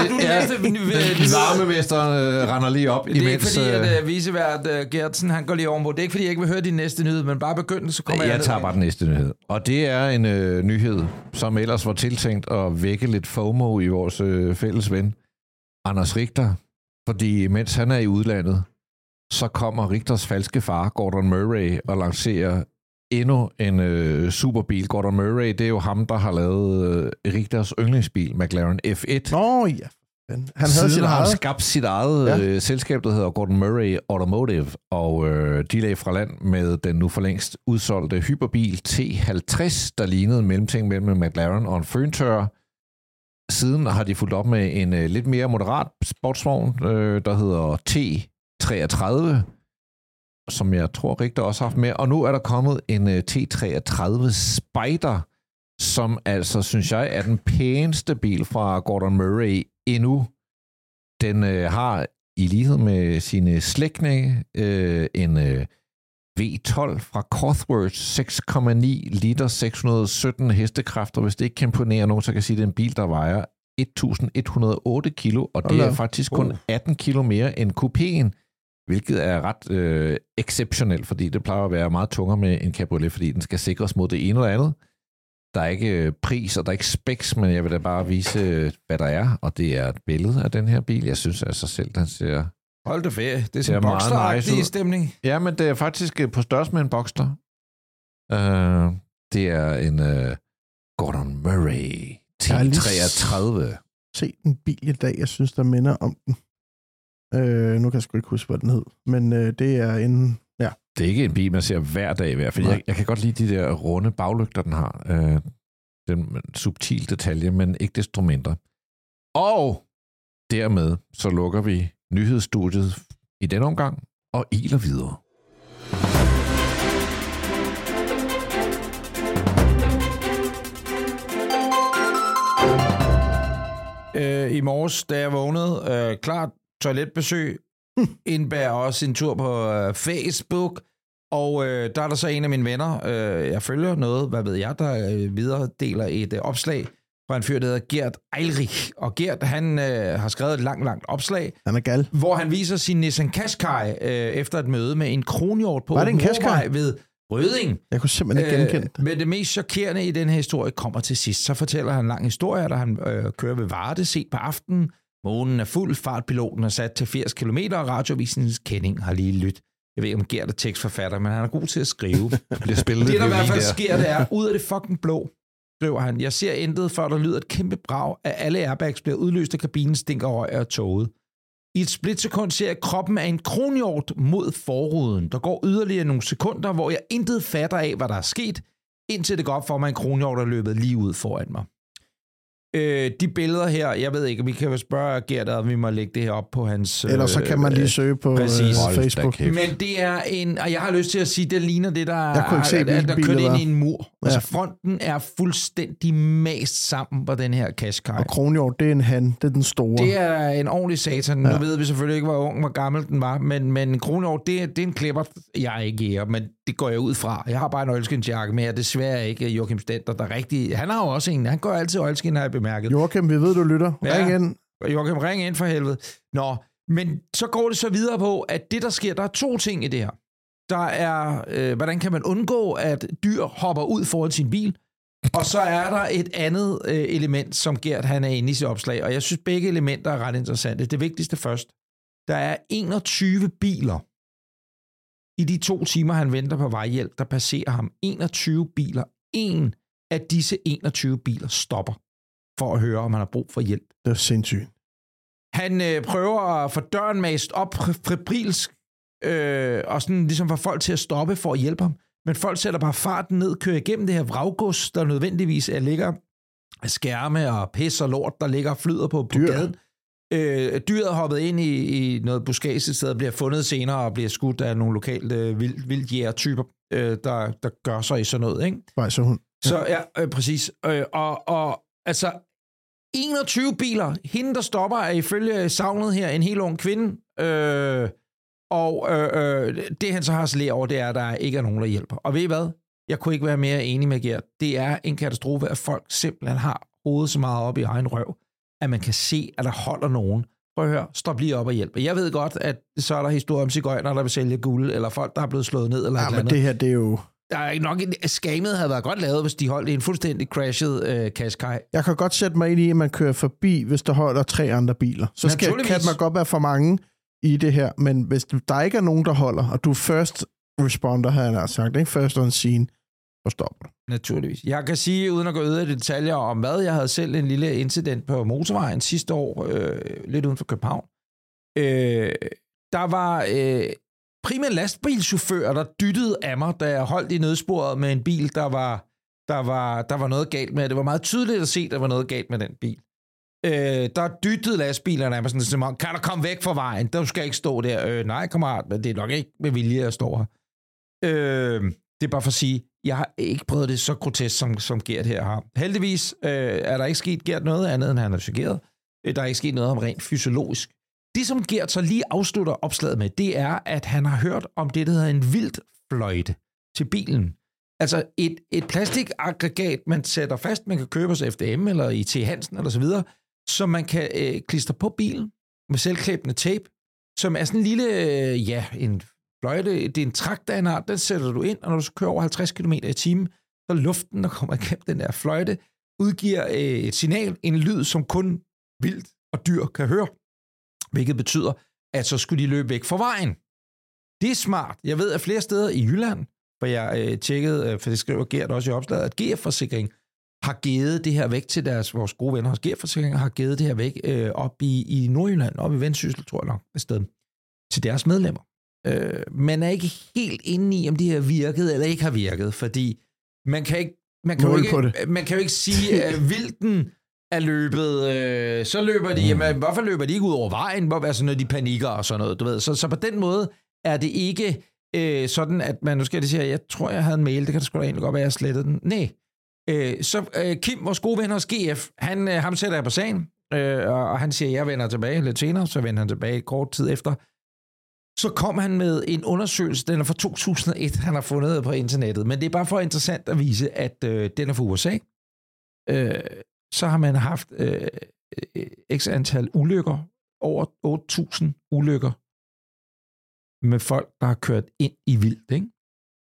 Varmemesteren render lige op. Det er ikke fordi, at vicevært Gertsen, han går lige ovenpå. Det er ikke fordi, jeg ikke vil høre de næste nyheder, men bare begyndte, så kommer jeg tager bare den næste nyhed. Og det er en nyhed, som ellers var tiltænkt at vække lidt FOMO i vores fælles ven, Anders Richter. Fordi mens han er i udlandet, så kommer Richters falske far, Gordon Murray, og lancerer endnu en superbil. Gordon Murray, det er jo ham, der har lavet Richters yndlingsbil, McLaren F1. Han havde Siden har han skabt sit eget selskab, der hedder Gordon Murray Automotive, og de lagde fra land med den nu for længst udsolgte hyperbil T50, der lignede en mellemting mellem en McLaren og en Føntør. Siden har de fulgt op med en lidt mere moderat sportsvogn, der hedder T33, som jeg tror Richter også har haft med. Og nu er der kommet en T33 Spider, som altså, synes jeg, er den pæneste bil fra Gordon Murray endnu. Den har i lighed med sine slægtninge en V12 fra Cosworth, 6,9 liter, 617 hestekræfter. Hvis det ikke kan imponere nogen, så kan jeg sige, at det er en bil, der vejer 1.108 kilo, og det er faktisk kun 18 kilo mere end kupéen, hvilket er ret exceptionelt, fordi det plejer at være meget tungere med en cabriolet, fordi den skal sikres mod det ene eller andet. Der er ikke pris, og der er ikke specs, men jeg vil da bare vise, hvad der er, og det er et billede af den her bil. Jeg synes altså selv, den ser... Hold det ferie. Det er sådan en Boxster-agtig stemning. Ja, men det er faktisk på størrelse med en Boxster. Det er en Gordon Murray T33. Se en bil i dag, jeg synes, der minder om den. Nu kan jeg sgu ikke huske, hvad den hed. Men det er en... Ja. Det er ikke en bil, man ser hver dag i hvert fald. Jeg kan godt lide de der runde baglygter, den har. Den subtil detalje, men ikke desto mindre. Og dermed så lukker vi nyhedsstudiet i denne omgang og iler videre. I morges, da jeg vågnede, klart toiletbesøg, indbærer også en tur på Facebook, og der er der så en af mine venner, jeg følger noget, hvad ved jeg, der videredeler et opslag fra en fyr, der hedder Gert Eilrich. Og Gert, han har skrevet et langt opslag, han er gal, hvor han viser sin Nissan Qashqai efter et møde med en kronhjort på en Qashqai ved Rødding. Jeg kunne simpelthen ikke genkende det. Men det mest chokerende i den her historie kommer til sidst. Så fortæller han en lang historie, da han kører ved Varde sent på aftenen. Månen er fuld, fartpiloten er sat til 80 km, og radioavisens kending har lige lyttet. Jeg ved ikke, om Gert er tekstforfatter, men han er god til at skrive. Det, der i hvert fald sker, det er, ud af det fucking blå, skriver han, jeg ser intet, før der lyder et kæmpe brag, at alle airbags bliver udløst, og kabinen stinker røg af toget. I et splitsekund ser jeg kroppen af en kronhjort mod forruden. Der går yderligere nogle sekunder, hvor jeg intet fatter af, hvad der er sket, indtil det går op for mig, en kronhjort er løbet lige ud foran mig. De billeder her, jeg ved ikke, vi kan jo spørge Gert, om vi må lægge det her op på hans... Eller så kan man lige søge på Facebook. Men det er en... Og jeg har lyst til at sige, det ligner det, der kørt ind i en mur. Ja. Altså fronten er fuldstændig mast sammen på den her Qashqai. Og kronhjort, det er en han, det er den store. Det er en ordentlig satan. Ja. Nu ved vi selvfølgelig ikke, hvor ung, hvor gammel den var, men kronhjort, det er en klipper, jeg er ikke jæger, men det går jeg ud fra. Jeg har bare en oilskin-jakke med, og desværre ikke Joachim Stender, der rigtig... Han har jo også en, han går altid oilskin, har jeg bemærket. Joachim, vi ved, du lytter. Ring ind. Joachim, ring ind for helvede. Nå, men så går det så videre på, at det, der sker, der er to ting i det her. Der er, hvordan kan man undgå, at dyr hopper ud foran sin bil? Og så er der et andet element, som Gert, han er inde i sit opslag, og jeg synes, begge elementer er ret interessante. Det vigtigste først. Der er 21 biler. I de 2 timer, han venter på vejhjælp, der passerer ham 21 biler. En af disse 21 biler stopper for at høre, om han har brug for hjælp. Det er sindssygt. Han prøver at få døren mast op febrilsk, og sådan ligesom få folk til at stoppe for at hjælpe ham. Men folk sætter bare farten ned, kører igennem det her vraggods, der nødvendigvis ligger skærme og pis og lort, der ligger og flyder på gaden. Dyret er hoppet ind i noget buskage og bliver fundet senere og bliver skudt af nogle lokale vildjægertyper, der gør sig i sådan noget, ikke? Vejsehund. Så ja, præcis. Og altså 21 biler. Hende, der stopper, er ifølge savnet her en helt ung kvinde. Det han så har slæret over, det er, at der ikke er nogen, der hjælper. Og ved I hvad? Jeg kunne ikke være mere enig med Gert. Det er en katastrofe, at folk simpelthen har hovedet så meget op i egen røv, at man kan se, at der holder nogen. Prøv at høre, stop lige op og hjælp. Jeg ved godt, at så er der historier om cigøjner, der vil sælge guld, eller folk, der er blevet slået ned, eller et eller andet. Det her, det er jo... Der er nok skamet havde været godt lavet, hvis de holdt i en fuldstændig crashet Qashqai. Jeg kan godt sætte mig ind i, at man kører forbi, hvis der holder 3 andre biler. Så kan man godt være for mange i det her, men hvis der ikke er nogen, der holder, og du er first responder, havde jeg sagt, ikke? First on scene, så stopper du. Naturligvis. Jeg kan sige, uden at gå yderligere detaljer om hvad, jeg havde selv en lille incident på motorvejen sidste år, lidt uden for København. Der var primært lastbilchauffører, der dyttede af mig, da jeg holdt i nødsporet med en bil, der var noget galt med. Det var meget tydeligt at se, at der var noget galt med den bil. Der dyttede lastbilerne af mig sådan, som, kan du komme væk fra vejen? Du skal ikke stå der. Nej, kammerat, men det er nok ikke med vilje, at stå her. Det er bare for at sige, jeg har ikke prøvet det så grotesk, som Gert her har. Heldigvis er der ikke sket Gert noget andet, end han har chokeret. Der er ikke sket noget om rent fysiologisk. Det, som Gert så lige afslutter opslaget med, det er, at han har hørt om det, der hedder en vildtfløjte til bilen. Altså et plastikaggregat, man sætter fast, man kan købe hos FDM eller i T. Hansen eller så videre, som man kan klistre på bilen med selvklæbende tape, som er sådan en lille, en fløjte, det er en trakt af en art, den sætter du ind, og når du kører over 50 km i timen, så luften, der kommer igennem den der fløjte, udgiver et signal, en lyd, som kun vildt og dyr kan høre, hvilket betyder, at så skulle de løbe væk fra vejen. Det er smart. Jeg ved, at flere steder i Jylland, hvor jeg tjekkede, for det skriver Gert også i opslaget, at GF-forsikring har givet det her væk til vores gode venner hos GF-forsikring, har givet det her væk op i Nordjylland, op i Vendsyssel, tror jeg nok, et sted, til deres medlemmer. Man er ikke helt inde i, om det har virket eller ikke har virket, fordi man kan jo ikke sige, at vilden er løbet, så løber de, jamen, hvorfor løber de ikke ud over vejen, altså når de panikker og sådan noget, du ved. Så på den måde er det ikke sådan, at man, nu skal jeg sige, jeg tror, jeg havde en mail, det kan da sgu da egentlig godt være, jeg slettede den. Nej. Kim, vores gode ven hos GF, ham sætter jeg på sagen, og han siger, jeg vender tilbage lidt senere, så vender han tilbage kort tid efter. Så kom han med en undersøgelse, den er fra 2001, han har fundet på internettet, men det er bare for interessant at vise, at den er fra USA. Så har man haft x antal ulykker, over 8.000 ulykker, med folk, der har kørt ind i vildt, ikke?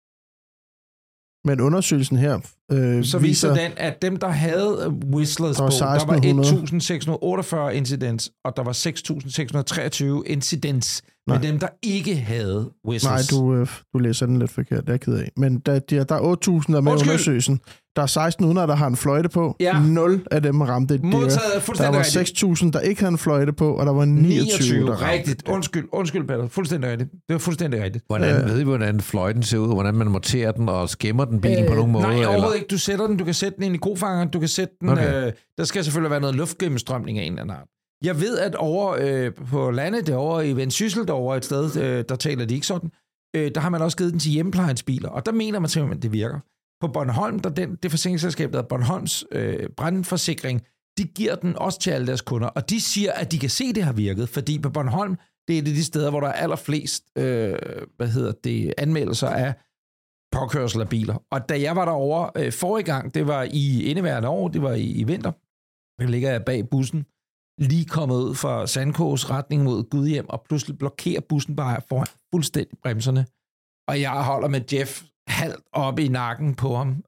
Men undersøgelsen her så viser den, at dem, der havde Whistlers på, der var 1.648 incidents, og der var 6.623 incidents med dem, der ikke havde Whistlers. Nej, du læser den lidt forkert, det er jeg ked af. Men der er 8.000, der med undersøgelsen. Der er 1.600, der har en fløjte på. Ja. 0 af dem ramte et dyr. Der var 6.000, der ikke havde en fløjte på, og der var 29 der ramte. Rigtigt. Undskyld, Peter. Fuldstændig rigtigt. Det var fuldstændig rigtigt. Ved I, hvordan fløjten ser ud? Hvordan man monterer den og skæmmer den bilen på nogen måde? Nej, overhovedet ikke. Du sætter den, du kan sætte den ind i kofangeren, du kan sætte den... Okay. Der skal selvfølgelig være noget luftgennemstrømning af en eller anden art. Jeg ved, at over på landet, derovre i Vendsyssel, derovre et sted, der taler de ikke sådan, der har man også givet den til hjemmeplejens biler, og der mener man simpelthen, at det virker. På Bornholm, der det forsikringsselskab, der hedder Bornholms brandforsikring, de giver den også til alle deres kunder, og de siger, at de kan se, at det har virket, fordi på Bornholm, det er de steder, hvor der er allerflest anmeldelser af påkørsel af biler. Og da jeg var derovre forrige gang, det var i indeværende år, det var i vinter, der ligger jeg bag bussen, lige kommet ud fra Sandkås retning mod Gudhjem, og pludselig blokerer bussen bare foran fuldstændig bremserne. Og jeg holder med Jeff halvt op i nakken på ham.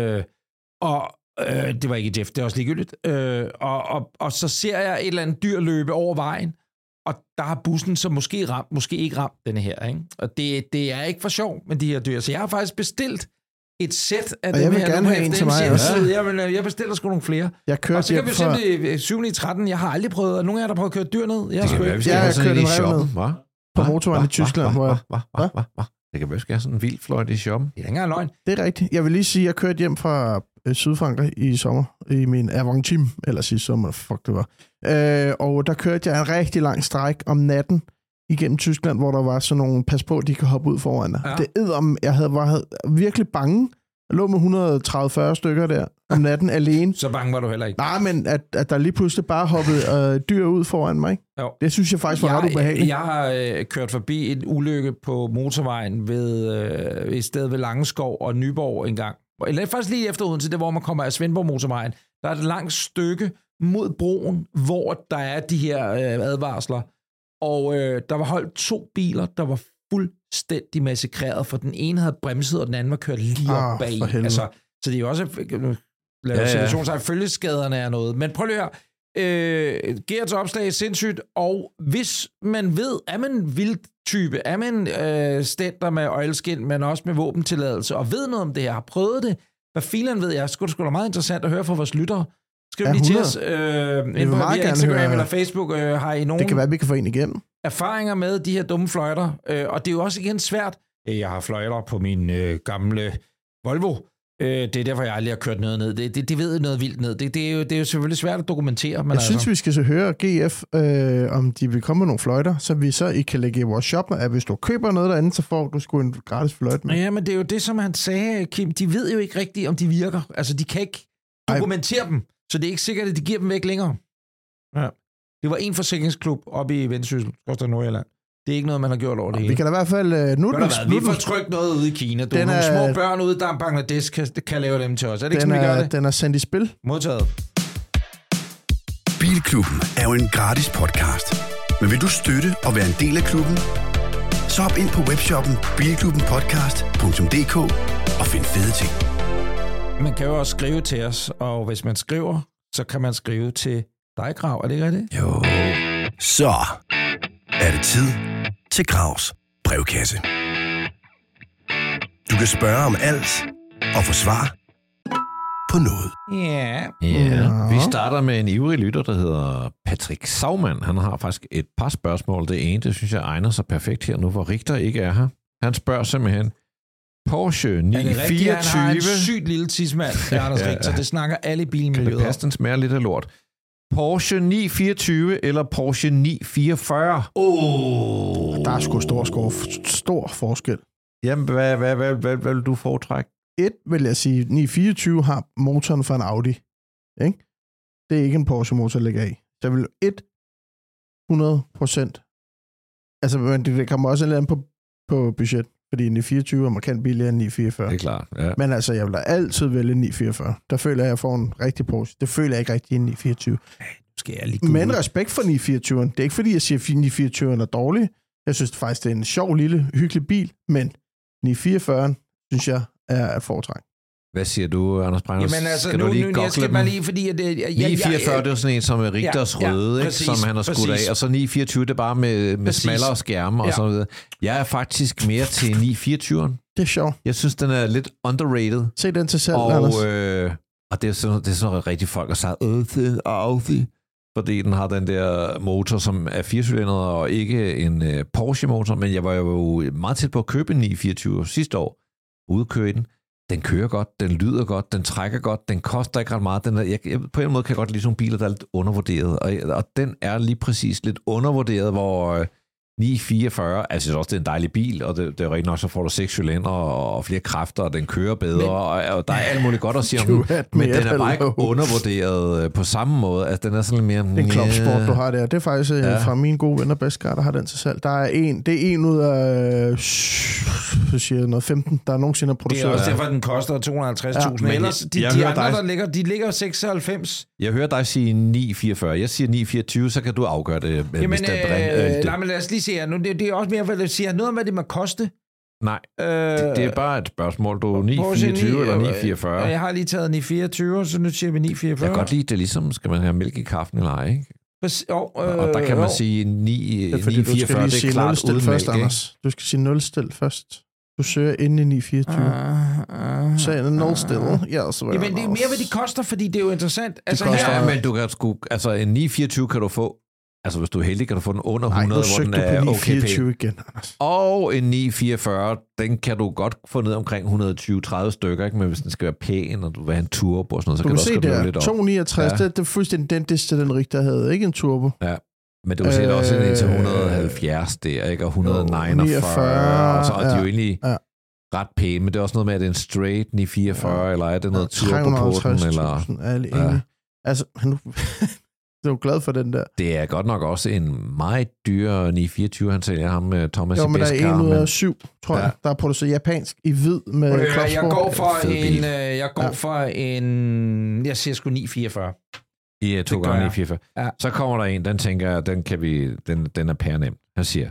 Det var ikke Jeff, det er også ligegyldigt. Og så ser jeg et eller andet dyr løbe over vejen, og der har bussen så måske ramt, måske ikke ramt denne her. Ikke? Og det er ikke for sjov med de her dyr. Så jeg har faktisk bestilt et sæt af dem her. Jeg vil gerne have en til mig også. Jeg bestiller sgu nogle flere. Og så kan vi se det 7. i 13. Jeg har aldrig prøvet, og nogen af jer, der har prøvet at køre dyr ned. Jeg har kørt en rev ned. På motorvejen i Tyskland. Det kan være sådan en vild fløjte i shoppen. Det er ikke engang løgn. Det er rigtigt. Jeg vil lige sige, at jeg kørte hjem fra Sydfrankrig i sommer, i min Avantime, eller sidste sommer, fuck det var. Og der kørte jeg en rigtig lang stræk om natten igennem Tyskland, hvor der var sådan nogle, pas på, de kan hoppe ud foran dig. Ja. Jeg var virkelig bange. Jeg lå med 130-40 stykker der om natten alene. Så bange var du heller ikke? Nej, men at der lige pludselig bare hoppede dyr ud foran mig. Jo. Det synes jeg faktisk var ret ubehageligt. Jeg har kørt forbi en ulykke på motorvejen ved et sted ved Langeskov og Nyborg engang. Eller faktisk lige efter Odense, det hvor man kommer af Svendborg motorvejen. Der er et langt stykke mod broen, hvor der er de her advarsler. Og der var holdt 2 biler, der var fuldstændig massakreret, for den ene havde bremset, og den anden var kørt lige op bag. Altså, så det er jo også... Situationen, så følgeskaderne er noget. Men prøv lige at høre. Gerts opslag er sindssygt, og hvis man ved, er man vild type, er man stænder med øjelskin, men også med våbentilladelse, og ved noget om det her, har prøvet det, hvad filen ved jeg, skulle da meget interessant at høre fra vores lyttere. Skriv lige til os, enten via Instagram eller Facebook, har I nogen det kan være, vi kan få en igennem. erfaringer med de her dumme fløjter, og det er jo også igen svært. Jeg har fløjter på min gamle Volvo. Det er derfor, jeg aldrig har kørt noget ned. Det ved noget vildt ned. Det er jo selvfølgelig svært at dokumentere. Men jeg synes, vi skal så høre GF, om de vil komme med nogle fløjter, så vi så ikke kan lægge i vores shop, at hvis du køber noget derinde, så får du sgu en gratis fløjt med. Ja, men det er jo det, som han sagde, Kim. De ved jo ikke rigtigt, om de virker. Altså, de kan ikke dokumentere dem, så det er ikke sikkert, at de giver dem væk længere. Ja. Det var en forsikringsklub oppe i Vendsyssel, Koster Nordjylland. Det er ikke noget, man har gjort over det hele. Vi kan da i hvert fald... Vi får trykt noget ude i Kina. Nogle små børn ude i Bangladesh kan lave dem til os. Er det ikke, som vi gør det? Den er sendt i spil. Modtaget. Bilklubben er jo en gratis podcast. Men vil du støtte og være en del af klubben? Så hop ind på webshoppen bilklubbenpodcast.dk og find fede ting. Man kan jo også skrive til os, og hvis man skriver, så kan man skrive til dig, Grav. Er det ikke rigtigt? Jo. Så er det tid til Gravs brevkasse. Du kan spørge om alt og få svar på noget. Ja. Vi starter med en ivrig lytter, der hedder Patrick Saumann. Han har faktisk et par spørgsmål. Det ene, det synes jeg egner sig perfekt her nu, hvor Richter ikke er her. Han spørger simpelthen, Porsche 924... Han har en sygt lille tidsmand, Anders Richter. Det snakker alle bilmiljøer. Kan det passe, den smager lidt af lort? Porsche 924 eller Porsche 944? Der er sgu stor forskel. Jamen, hvad vil du foretrække? Vil jeg sige, 924 har motoren fra en Audi. Ikke? Det er ikke en Porsche-motor, der ligger i. Så vil 100%. Altså, men det kommer også en eller på budget, fordi 924 er markant billigere end 944. Det er klart, ja. Men altså, jeg vil altid vælge 944. Der føler jeg får en rigtig Porsche. Det føler jeg ikke rigtig i 924. Skal jeg lige men respekt for 924'eren. Det er ikke fordi, jeg siger, at 924'eren er dårlig. Jeg synes faktisk, det er en sjov, lille, hyggelig bil. Men 944'eren, synes jeg, er at foretrække. Hvad siger du, Anders Breinholt? Jamen altså, jeg skal bare lige, fordi... 944, det er jo sådan en som er Richters røde, præcis, ikke, som han har skudt af. Og så 924, det er bare med smallere skærme og sådan noget. Jeg er faktisk mere til 924'eren. Det er sjovt. Jeg synes, den er lidt underrated. Se den til selv, Anders. Og det er sådan noget rigtig folk har sagt, det er Audi. Fordi den har den der motor, som er 4-cylindret og ikke en Porsche-motor. Men jeg var jo meget tæt på at købe en 924 sidste år. Udkøre i den. Den kører godt, den lyder godt, den trækker godt, den koster ikke ret meget. På en måde kan jeg godt lide sådan biler, der er lidt undervurderet. Og den er lige præcis lidt undervurderet, hvor 944, altså også det er en dejlig bil, og det er rigtig nok, så får du 6 cylinder og flere kræfter, og den kører bedre, og der er alt muligt godt at sige om den, men den er bare ikke undervurderet på samme måde. Altså, den er sådan lidt mere... En klopsport, du har der. Det er faktisk fra mine gode venner, Beskar, der har den til salg. Det er en ud af... Så siger jeg noget 15, der er nogensinde har produceret. Det er også derfor, den koster 250.000. Ellers, de andre, der ligger 96. Jeg hører dig sige 944. Jeg siger 924, så kan du afgøre det. Jamen, lad os lige se her. Nu, det er også mere, hvad det siger. Noget om, hvad det må koste. Nej, det er bare et spørgsmål. Du er 924 eller 944. Jeg har lige taget 924, så nu siger vi 944. Jeg kan godt lide det, ligesom skal man have mælk i kaffen eller ej, ikke? Og der kan man sige 944, det er klart uden mælk, først, du skal sige 0-stil først. Du søger inde i 924. Så er det 0-stil. Ja, så jamen, det er mere, hvad de koster, fordi det er jo interessant. Altså, men du kan en 924 kan du få. Altså, hvis du er heldig, kan du få den under 100, hvor den er okay pæn. Igen, Anders. Og en 944, den kan du godt få ned omkring 120-30 stykker, ikke? Men hvis den skal være pæn, og du vil have en turbo og sådan noget, så kan du også gå lidt op. 269, det er fuldstændig identisk til den Richter havde, ikke en turbo. Ja, men du kan se, der også en til 170 der, ikke? Og 149, og så er de jo egentlig ret pæne, men det er også noget med, at det er en straight 944, eller er det noget turbo på den, eller... Altså, nu... Jeg er jo glad for den der. Det er godt nok også en meget dyr 924, han sælger ham med Thomas i Beskar. Jo, men der er 1 ud af 7, tror jeg, der er produceret japansk i hvid med klopspor. Jeg går for en... Jeg siger sgu 944. Ja, 2 gange 944. Ja. Så kommer der en, den tænker jeg, den er pærnemt. Han siger,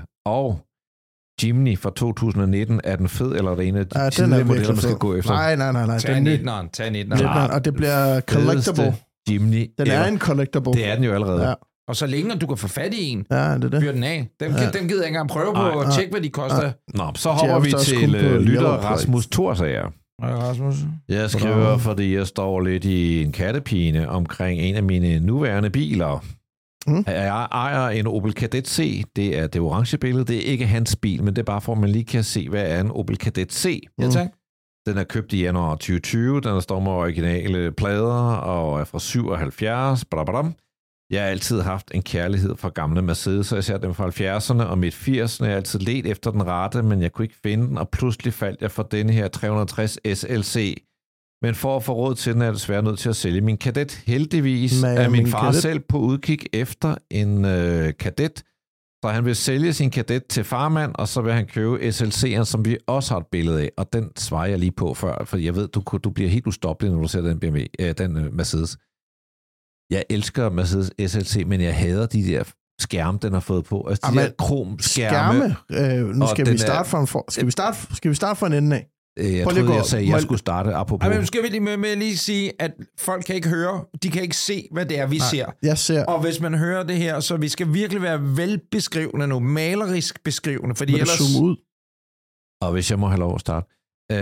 Jimny fra 2019, er den fed, eller er det en af de tidligere modeller, man skal gå efter? Nej. Tag 19'eren. Og det bliver collectible. Jimny. Den er en collectible. Det er den jo allerede. Ja. Og så længe du kan få fat i en, det er det. fyr den af. Dem gider jeg ikke engang prøve på at tjekke, hvad de koster. Nå, så hopper vi til lytter Rasmus Thorsager. Rasmus. Jeg skriver, fordi jeg står lidt i en kattepine omkring en af mine nuværende biler. Jeg ejer en Opel Kadett C. Det er det orange billede. Det er ikke hans bil, men det er bare for, at man lige kan se, hvad er en Opel Kadett C. Ja, tak. Den er købt i januar 2020. Den står med originale plader og er fra 77. Badabadam. Jeg har altid haft en kærlighed for gamle Mercedes, især dem fra 70'erne og midt 80'erne. Jeg har altid let efter den rette, men jeg kunne ikke finde den, og pludselig faldt jeg for denne her 360 SLC. Men for at få råd til den, er jeg desværre nødt til at sælge min Kadett. Heldigvis er min far Kadett selv på udkig efter en Kadett, så han vil sælge sin Kadett til farmand, og så vil han købe SLC'en, som vi også har et billede af, og den svarer jeg lige på før, for jeg ved, du bliver helt ustoppelig, når du ser den BMW, den Mercedes. Jeg elsker Mercedes SLC, men jeg hader de der skærme, den har fået på. Altså de der krom-skærme. Nu skal vi starte skal vi starte fra en ende af? Jeg troede, jeg sagde, at jeg skulle starte apropos. Men skal vi lige med lige sige, at folk kan ikke høre, de kan ikke se, hvad det er, vi ser. Jeg ser. Og hvis man hører det her, så vi skal virkelig være velbeskrivende nu, malerisk beskrivende, fordi ellers... zoome ud? Og hvis jeg må have lov at starte.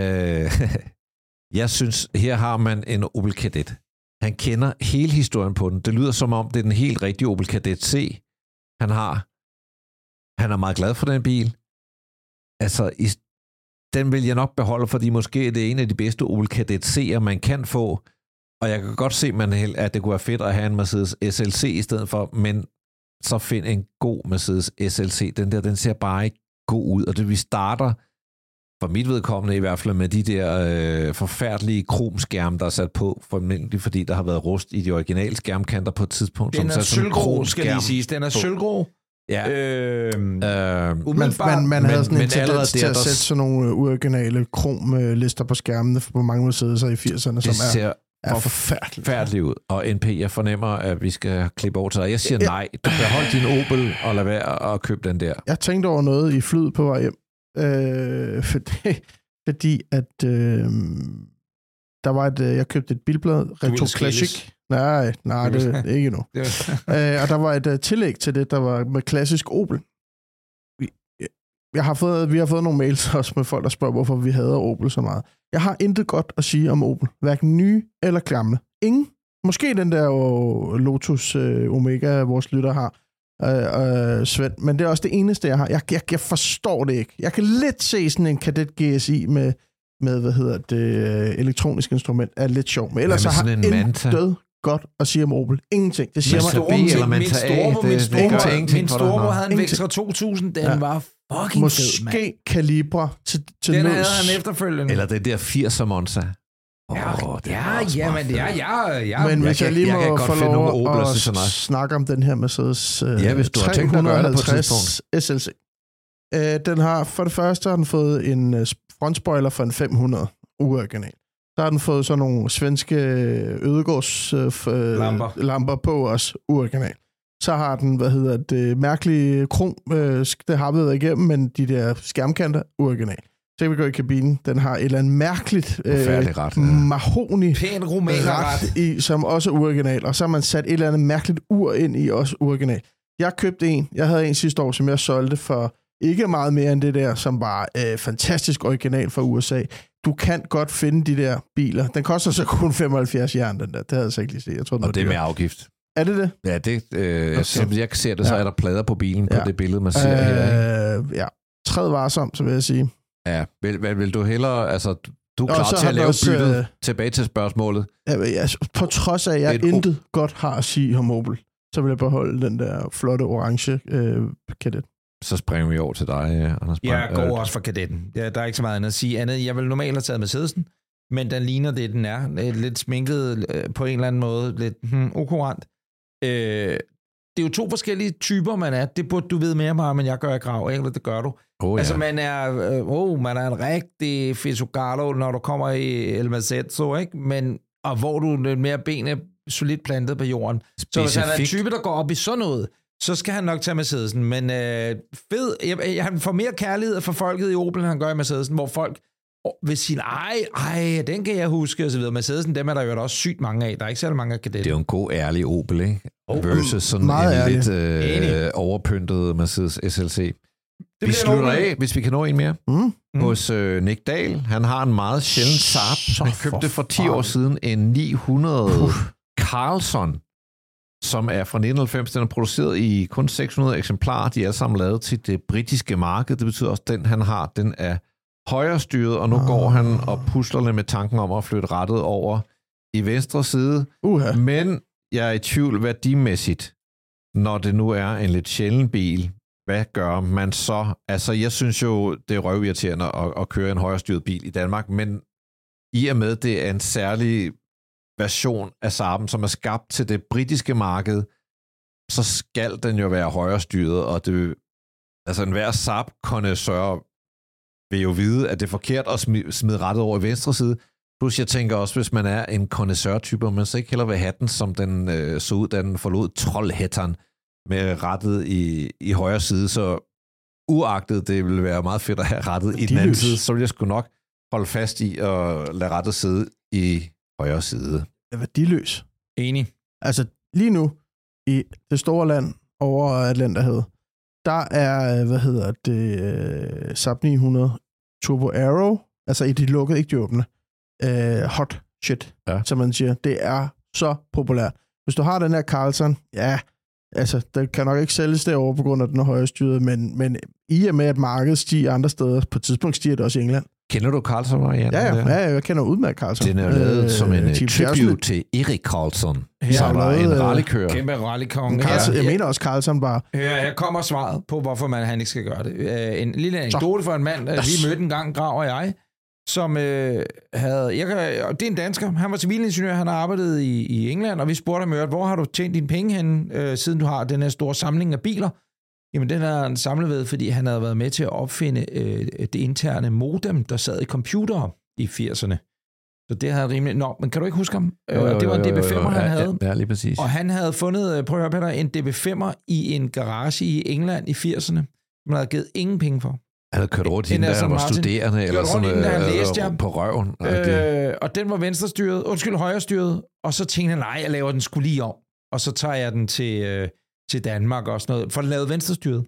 Jeg synes, her har man en Opel Kadett. Han kender hele historien på den. Det lyder som om, det er den helt rigtige Opel Kadett C. Han er meget glad for den bil. Altså, den vil jeg nok beholde, fordi måske det er en af de bedste Opel Kadett C'er, man kan få. Og jeg kan godt se, at det kunne være fedt at have en Mercedes SLC i stedet for, men så find en god Mercedes SLC. Den ser bare ikke god ud, og det vi starter, for mit vedkommende i hvert fald, med de der forfærdelige kromskærme, der er sat på, formentlig fordi der har været rust i de originale skærmkanter på et tidspunkt. Den er sølvgrå, skal lige siges. Den er sølvgrå. Ja. Man havde sådan en tendens til at sætte sådan nogle uoriginale kromlister på skærmene på mange Mercedes'er i 80'erne, som er forfærdeligt ud. Og NP, jeg fornemmer, at vi skal klippe over til dig. Jeg siger nej. Du behold din Opel og lad være at købe den der. Jeg tænkte over noget i flyet på vej hjem. Fordi at der var jeg købte et bilblad, Retro Classic. Nej, det er ikke nu. Og der var et tillæg til det, der var med klassisk Opel. Vi har fået nogle mails også med folk, der spørger, hvorfor vi hader Opel så meget. Jeg har intet godt at sige om Opel. Hverken nye eller gamle. Ingen. Måske den der Lotus Omega, vores lytter har. Svend, men det er også det eneste, jeg har. Jeg forstår det ikke. Jeg kan lidt se sådan en Kadett GSI med elektronisk instrument, er lidt sjov. Men ellers så har intet godt at sige om Opel. Ingenting. Det siger min storebror havde en Vectra 2000, den var fucking måske fed, mand. Calibre til den havde han efterfølgende. Eller det der 80'er Monza. Men hvis jeg lige må få lov at snakke om den her Mercedes hvis du har tænkt at gøre det på et tidspunkt. SLC. Den har, for det første har den fået en frontspoiler for en 500 uoriginal. Så har den fået sådan nogle svenske Ødegårds lamper på os uoriginal. Så har den, mærkelige krom, det har vi været igennem, men de der skærmkanter uoriginal. Så vi går i kabinen. Den har et eller andet mærkeligt mahogni ret i, som også er original. Og så har man sat et eller andet mærkeligt ur ind i, også original. Jeg købte en. Jeg havde en sidste år, som jeg solgte for ikke meget mere end det der, som var fantastisk original fra USA. Du kan godt finde de der biler. Den koster så kun 75 jern, den der. Det havde jeg så ikke lige set. Jeg tror, og det er med afgift. Er det det? Ja, jeg kan se det, så er der plader på bilen på det billede, man ser her. Ja, træd varsomt, så vil jeg sige. Ja, vil du hellere, altså du er klar til at lave byttet tilbage til spørgsmålet? Ja, på trods af, at jeg intet godt har at sige om Opel, så vil jeg beholde den der flotte orange Kadett. Så springer vi over til dig, Anders. Jeg går også for Kadetten. Der er ikke så meget andet at sige. Jeg vil normalt have taget Mercedesen, men den ligner det, den er. Lidt sminket på en eller anden måde. Lidt ukurant. Det er jo to forskellige typer, man er. Det burde du vide mere om, men jeg gør i grav. Ikke? Det gør du. Altså, man er en rigtig Fizzogalo, når du kommer i El Mazetto, ikke? Men, og hvor du er mere benene solidt plantet på jorden. Specifikt. Så hvis han er en type, der går op i sådan noget, så skal han nok tage Mercedesen. Men fed, han får mere kærlighed for folket i Opel, end han gør i Mercedesen, hvor folk ved sin ej, den kan jeg huske, og så videre. Mercedes, dem er der jo også sygt mange af. Der er ikke særlig mange af kadetter. Det er jo en god, ærlig Opel, ikke? Versus sådan en lidt overpyntet Mercedes SLC. Vi slutter af, hvis vi kan nå en mere. Hos Nick Dahl. Han har en meget sjælden Saab. Han købte for 10 år siden en 900 Carlson, som er fra 1990. Den er produceret i kun 600 eksemplarer. De er alle sammen lavet til det britiske marked. Det betyder også, at den han har, den er højrestyret, og nu går han og pusler lidt med tanken om at flytte rettet over i venstre side. Men jeg er i tvivl værdimæssigt, når det nu er en lidt sjælden bil. Hvad gør man så? Altså, jeg synes jo, det er røvirriterende at køre en højrestyret bil i Danmark, men i og med, det er en særlig version af Saab'en, som er skabt til det britiske marked, så skal den jo være højrestyret, og det, altså enhver Saab-kondensør vil jo vide, at det er forkert at smide rettet over i venstre side. Plus jeg tænker også, hvis man er en kondensør-type, man så ikke heller vil have den, som den så ud, da den forlod troldhætteren med rettet i højre side, så uagtet det ville være meget fedt at have rettet i den anden side, så vil jeg sgu nok holde fast i at lade rettet sidde i højre side. Det er værdiløs. Enig. Altså lige nu, i det store land over Atlanterhavet, der er, Saab 900 Turbo Aero, altså i de lukkede, ikke de åbne, hot shit, som man siger. Det er så populært. Hvis du har den her Carlson, altså, det kan nok ikke sælges derovre på grund af den højre styret, men i og med, at markedet stiger andre steder, på et tidspunkt stiger det også i England. Kender du Carlson? Ja, jeg kender udmærket Carlson. Den er lavet som en tribute til Erik Carlson, som var en rallykører. Kæmpe rallykong. Jeg mener også Carlson bare. Her kommer svaret på, hvorfor han ikke skal gøre det. En lille anekdote for en mand, vi mødte en gang, Grav og jeg, som det er en dansker, han var civilingeniør, han har arbejdet i England, og vi spurgte ham, hvor har du tjent dine penge hen, siden du har den her store samling af biler? Jamen, den er han samlet ved, fordi han havde været med til at opfinde det interne modem, der sad i computere i 80'erne. Så det havde rimelig... Nå, men kan du ikke huske ham? Det var en DB5'er, han havde. Ja, lige præcis. Og han havde fundet, prøv at høre, Peter, en DB5'er i en garage i England i 80'erne, man havde givet ingen penge for. Han havde kørt rundt hende, da han var studerende, eller sådan på røven. Og den var højrestyret, og så tænkte han, nej, jeg laver den sgu lige om, og så tager jeg den til Danmark og sådan noget, for at lave venstrestyret.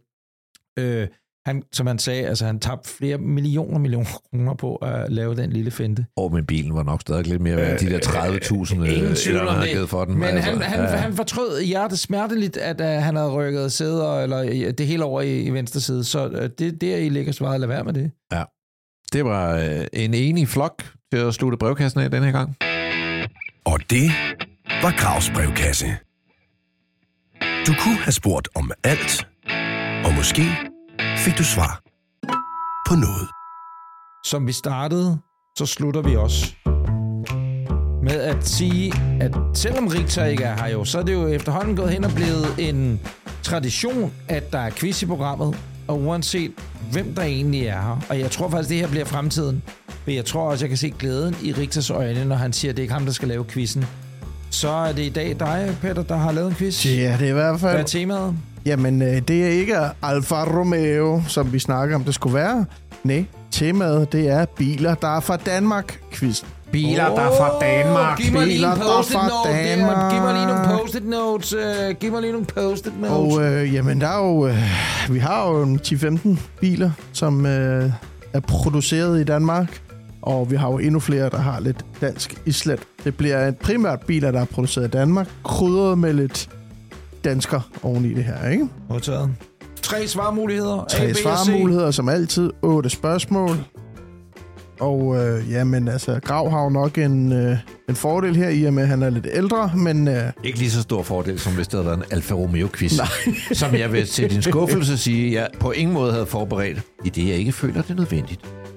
Som han sagde, altså han tabte flere millioner kroner på at lave den lille finte. Men bilen var nok stadig lidt mere værd, de der 30.000, han havde givet for den. Men altså, han fortrød smerteligt, at han havde rykket sæder, eller det hele over i venstre side, så det er i ligger svaret at lade være med det. Ja, det var en enig flok til at slutte brevkassen af denne her gang. Og det var Gravs brevkasse. Du kunne have spurgt om alt, og måske fik du svar på noget. Som vi startede, så slutter vi også med at sige, at selvom Richter ikke er her jo, så er det jo efterhånden gået hen og blevet en tradition, at der er quiz i programmet, og uanset hvem der egentlig er her. Og jeg tror faktisk, det her bliver fremtiden. Men jeg tror også, jeg kan se glæden i Richters øjne, når han siger, at det er ikke ham, der skal lave quizzen. Så er det i dag dig, Peter, der har lavet en quiz. Ja, det er i hvert fald. Hvad er temaet? Jamen, det er ikke Alfa Romeo, som vi snakker om, det skulle være. Nej, temaet, det er biler, der er fra Danmark-quizzen. Biler, der er fra Danmark. Giv mig lige nogle post-it notes. Giv mig lige nogle post-it notes. Og jamen, der er jo... vi har jo 10-15 biler, som er produceret i Danmark. Og vi har jo endnu flere, der har lidt dansk islet. Det bliver primært biler, der er produceret i Danmark, krydret med lidt dansker oven i det her, ikke? Modtaget. 3 svarmuligheder. 3 svarmuligheder, som altid. 8 spørgsmål. Og jamen, altså, Grav har jo nok en fordel her, i og med, at han er lidt ældre, men... Ikke lige så stor fordel, som hvis det havde været en Alfa Romeo-quiz. Som jeg vil til din skuffelse sige, jeg på ingen måde havde forberedt, i det jeg ikke føler, det er nødvendigt.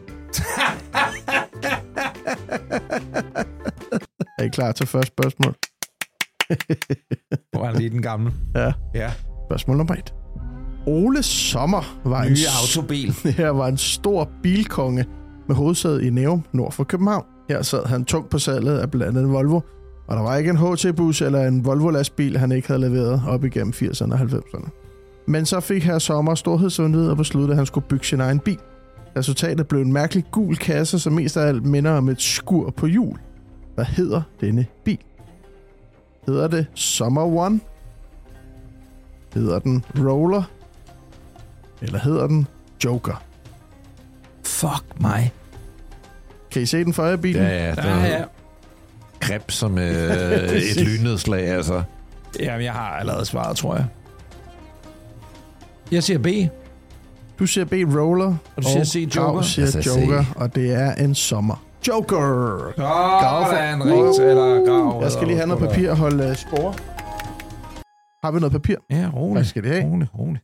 Er I klar til første spørgsmål? Hvor var lige den gamle? Ja. Spørgsmål nummer 1. Ole Sommer var autobil. Her var en stor bilkonge med hovedsæde i Nærum, nord for København. Her sad han tungt på salget af blandt andet Volvo, og der var ikke en HT-bus eller en Volvo-lastbil, han ikke havde leveret op igennem 80'erne og 90'erne. Men så fik her Sommer storhedsvanvid og besluttede, at han skulle bygge sin egen bil. Resultatet blev en mærkelig gul kasse, som mest af alt minder om et skur på hjul. Hvad hedder denne bil? Hedder det Summer One? Hedder den Roller? Eller hedder den Joker? Fuck mig. Kan I se den for jer, bilen? Ja. Greb som et lynnedslag, altså. Jamen, jeg har allerede svaret, tror jeg. Jeg siger B. Du siger B, Roller. Og du siger C, Joker. Og siger Joker, og det er en sommer. Joker! Sådan, rigt eller grav. Jeg skal lige have noget papir og holde spore. Har vi noget papir? Ja, roligt. Hvad skal det have? Roligt.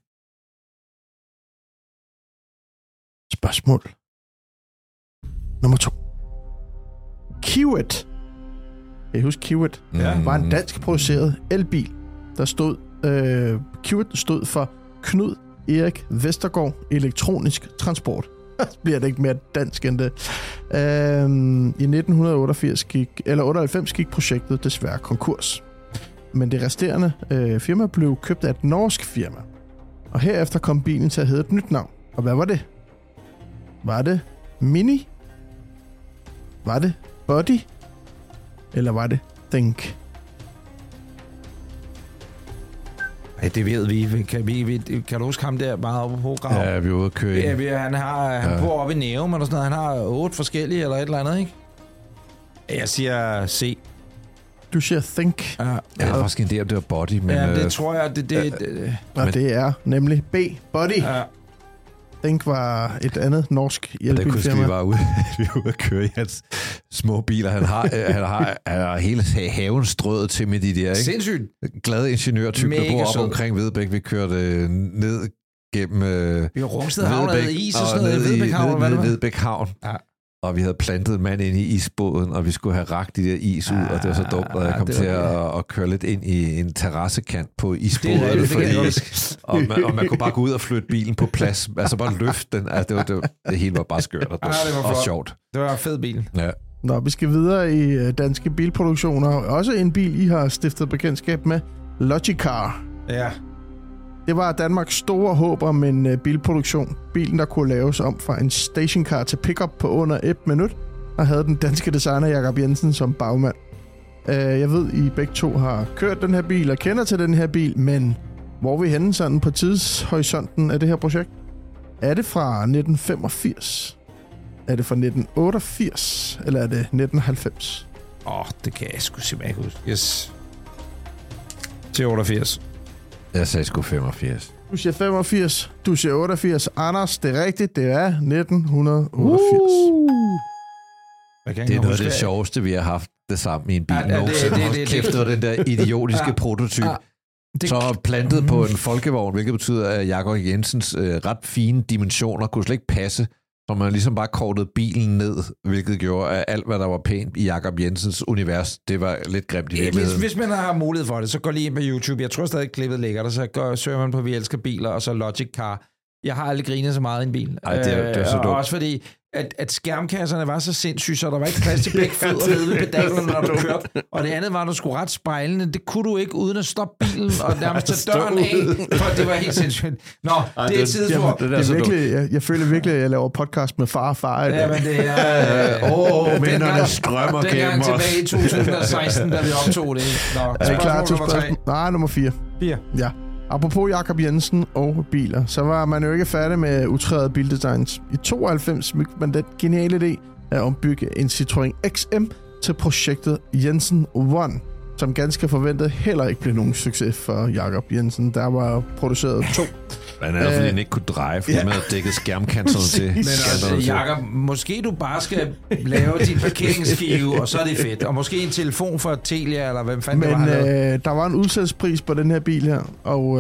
Spørgsmål nummer 2. Kiewit. Kan I huske Kiewit? Ja. Var en dansk produceret elbil, der stod... Kiewit stod for Knud Erik Vestergaard Elektronisk Transport. Bliver det ikke mere dansk end det. I 1998 gik projektet desværre konkurs. Men det resterende firma blev købt af et norsk firma. Og herefter kom bilen til at hedde et nyt navn. Og hvad var det? Var det Mini? Var det Body? Eller var det Think? Ja, det ved vi. Kan du huske ham der meget oppe på grav? Ja, vi er ude at køre ind. Ja, han bor oppe i Nærum eller sådan noget. Han har 8 forskellige eller et eller andet, ikke? Jeg siger C. Du siger Think. Ja. Jeg har faktisk en idé om det var Body, men... Ja, det tror jeg, Og det er nemlig B. Body. Ja. Think var et andet norsk Vi hjælpebilfirma. var ude at køre i hans små biler. Han har hele haven strøget til med de der, ikke? Sindssygt. Glade ingeniørtyper, der bor op omkring Vedbæk. Vi kørte ned gennem vi har Rungsted Havn og is og sådan noget. Vedbæk Havn, hvad det var? Vedbæk Havn. Ja. Og vi havde plantet en mand ind i isbåden, og vi skulle have rakt de der is ud, og det var så dumt, og jeg kom til at køre lidt ind i en terrassekant på isbåden, og man kunne bare gå ud og flytte bilen på plads, altså bare løfte den, altså det hele var bare skørt og sjovt. Det var en fed bil. Ja. Nå, vi skal videre i danske bilproduktioner. Også en bil, I har stiftet bekendtskab med, Logicar. Ja. Det var Danmarks store håb om en bilproduktion. Bilen, der kunne laves om fra en stationcar til pickup på under 1 minut, og havde den danske designer Jakob Jensen som bagmand. Jeg ved, I begge to har kørt den her bil og kender til den her bil, men hvor er vi henne sådan på tidshorisonten af det her projekt? Er det fra 1985? Er det fra 1988? Eller er det 1990? Det kan jeg sgu simpelthen ikke huske. Yes. Til 88. Jeg sagde sgu 85. Du siger 85, du siger 88. Anders, det er rigtigt, det er 1988. Det er noget af det sjoveste, vi har haft det sammen i en bil. Kæft, det var den der idiotiske prototyp. Så plantet på en folkevogn, hvilket betyder, at Jakob Jensens ret fine dimensioner kunne slet ikke passe, så man ligesom bare kortede bilen ned, hvilket gjorde, at alt, hvad der var pænt i Jakob Jensens univers, det var lidt grimt i virkeligheden. Hvis man har mulighed for det, så gå lige ind på YouTube. Jeg tror stadig, klippet ligger der, så søger man på Vi Elsker Biler, og så Logicar. Jeg har aldrig grinet så meget i en bil. Ej, det er så dumt. Også fordi, at skærmkasserne var så sindssyge, så der var ikke plads til begge fødder nede ved pedalen, når du kørte. Og det andet var, at du skulle ret spejlene. Det kunne du ikke, uden at stoppe bilen og nærmest tage døren af, for det var helt sindssygt. Nå, det er et tidsspor. Det er virkelig, jeg føler virkelig, at jeg laver podcast med far og far. Ja, men det er... minderne strømmer gennem os. Tilbage i 2016, da vi optog det. Nå, er I klar til spørgsmål? Nej, nummer 4. 4. Ja. Apropos Jakob Jensen og biler, så var man jo ikke færdig med utrædet bildesigns. I 92 fik man den geniale idé at ombygge en Citroën XM til projektet Jensen One, som ganske forventet heller ikke blev nogen succes for Jakob Jensen. Der var produceret 2. Blandt andet, fordi den ikke kunne dreje, fordi man havde dækket skærmkanterne til. Men altså, Jakob, måske du bare skal lave din parkeringsskive, og så er det fedt. Og måske en telefon for Telia, eller hvem fanden det var. Men der var en udsalgspris på den her bil her, og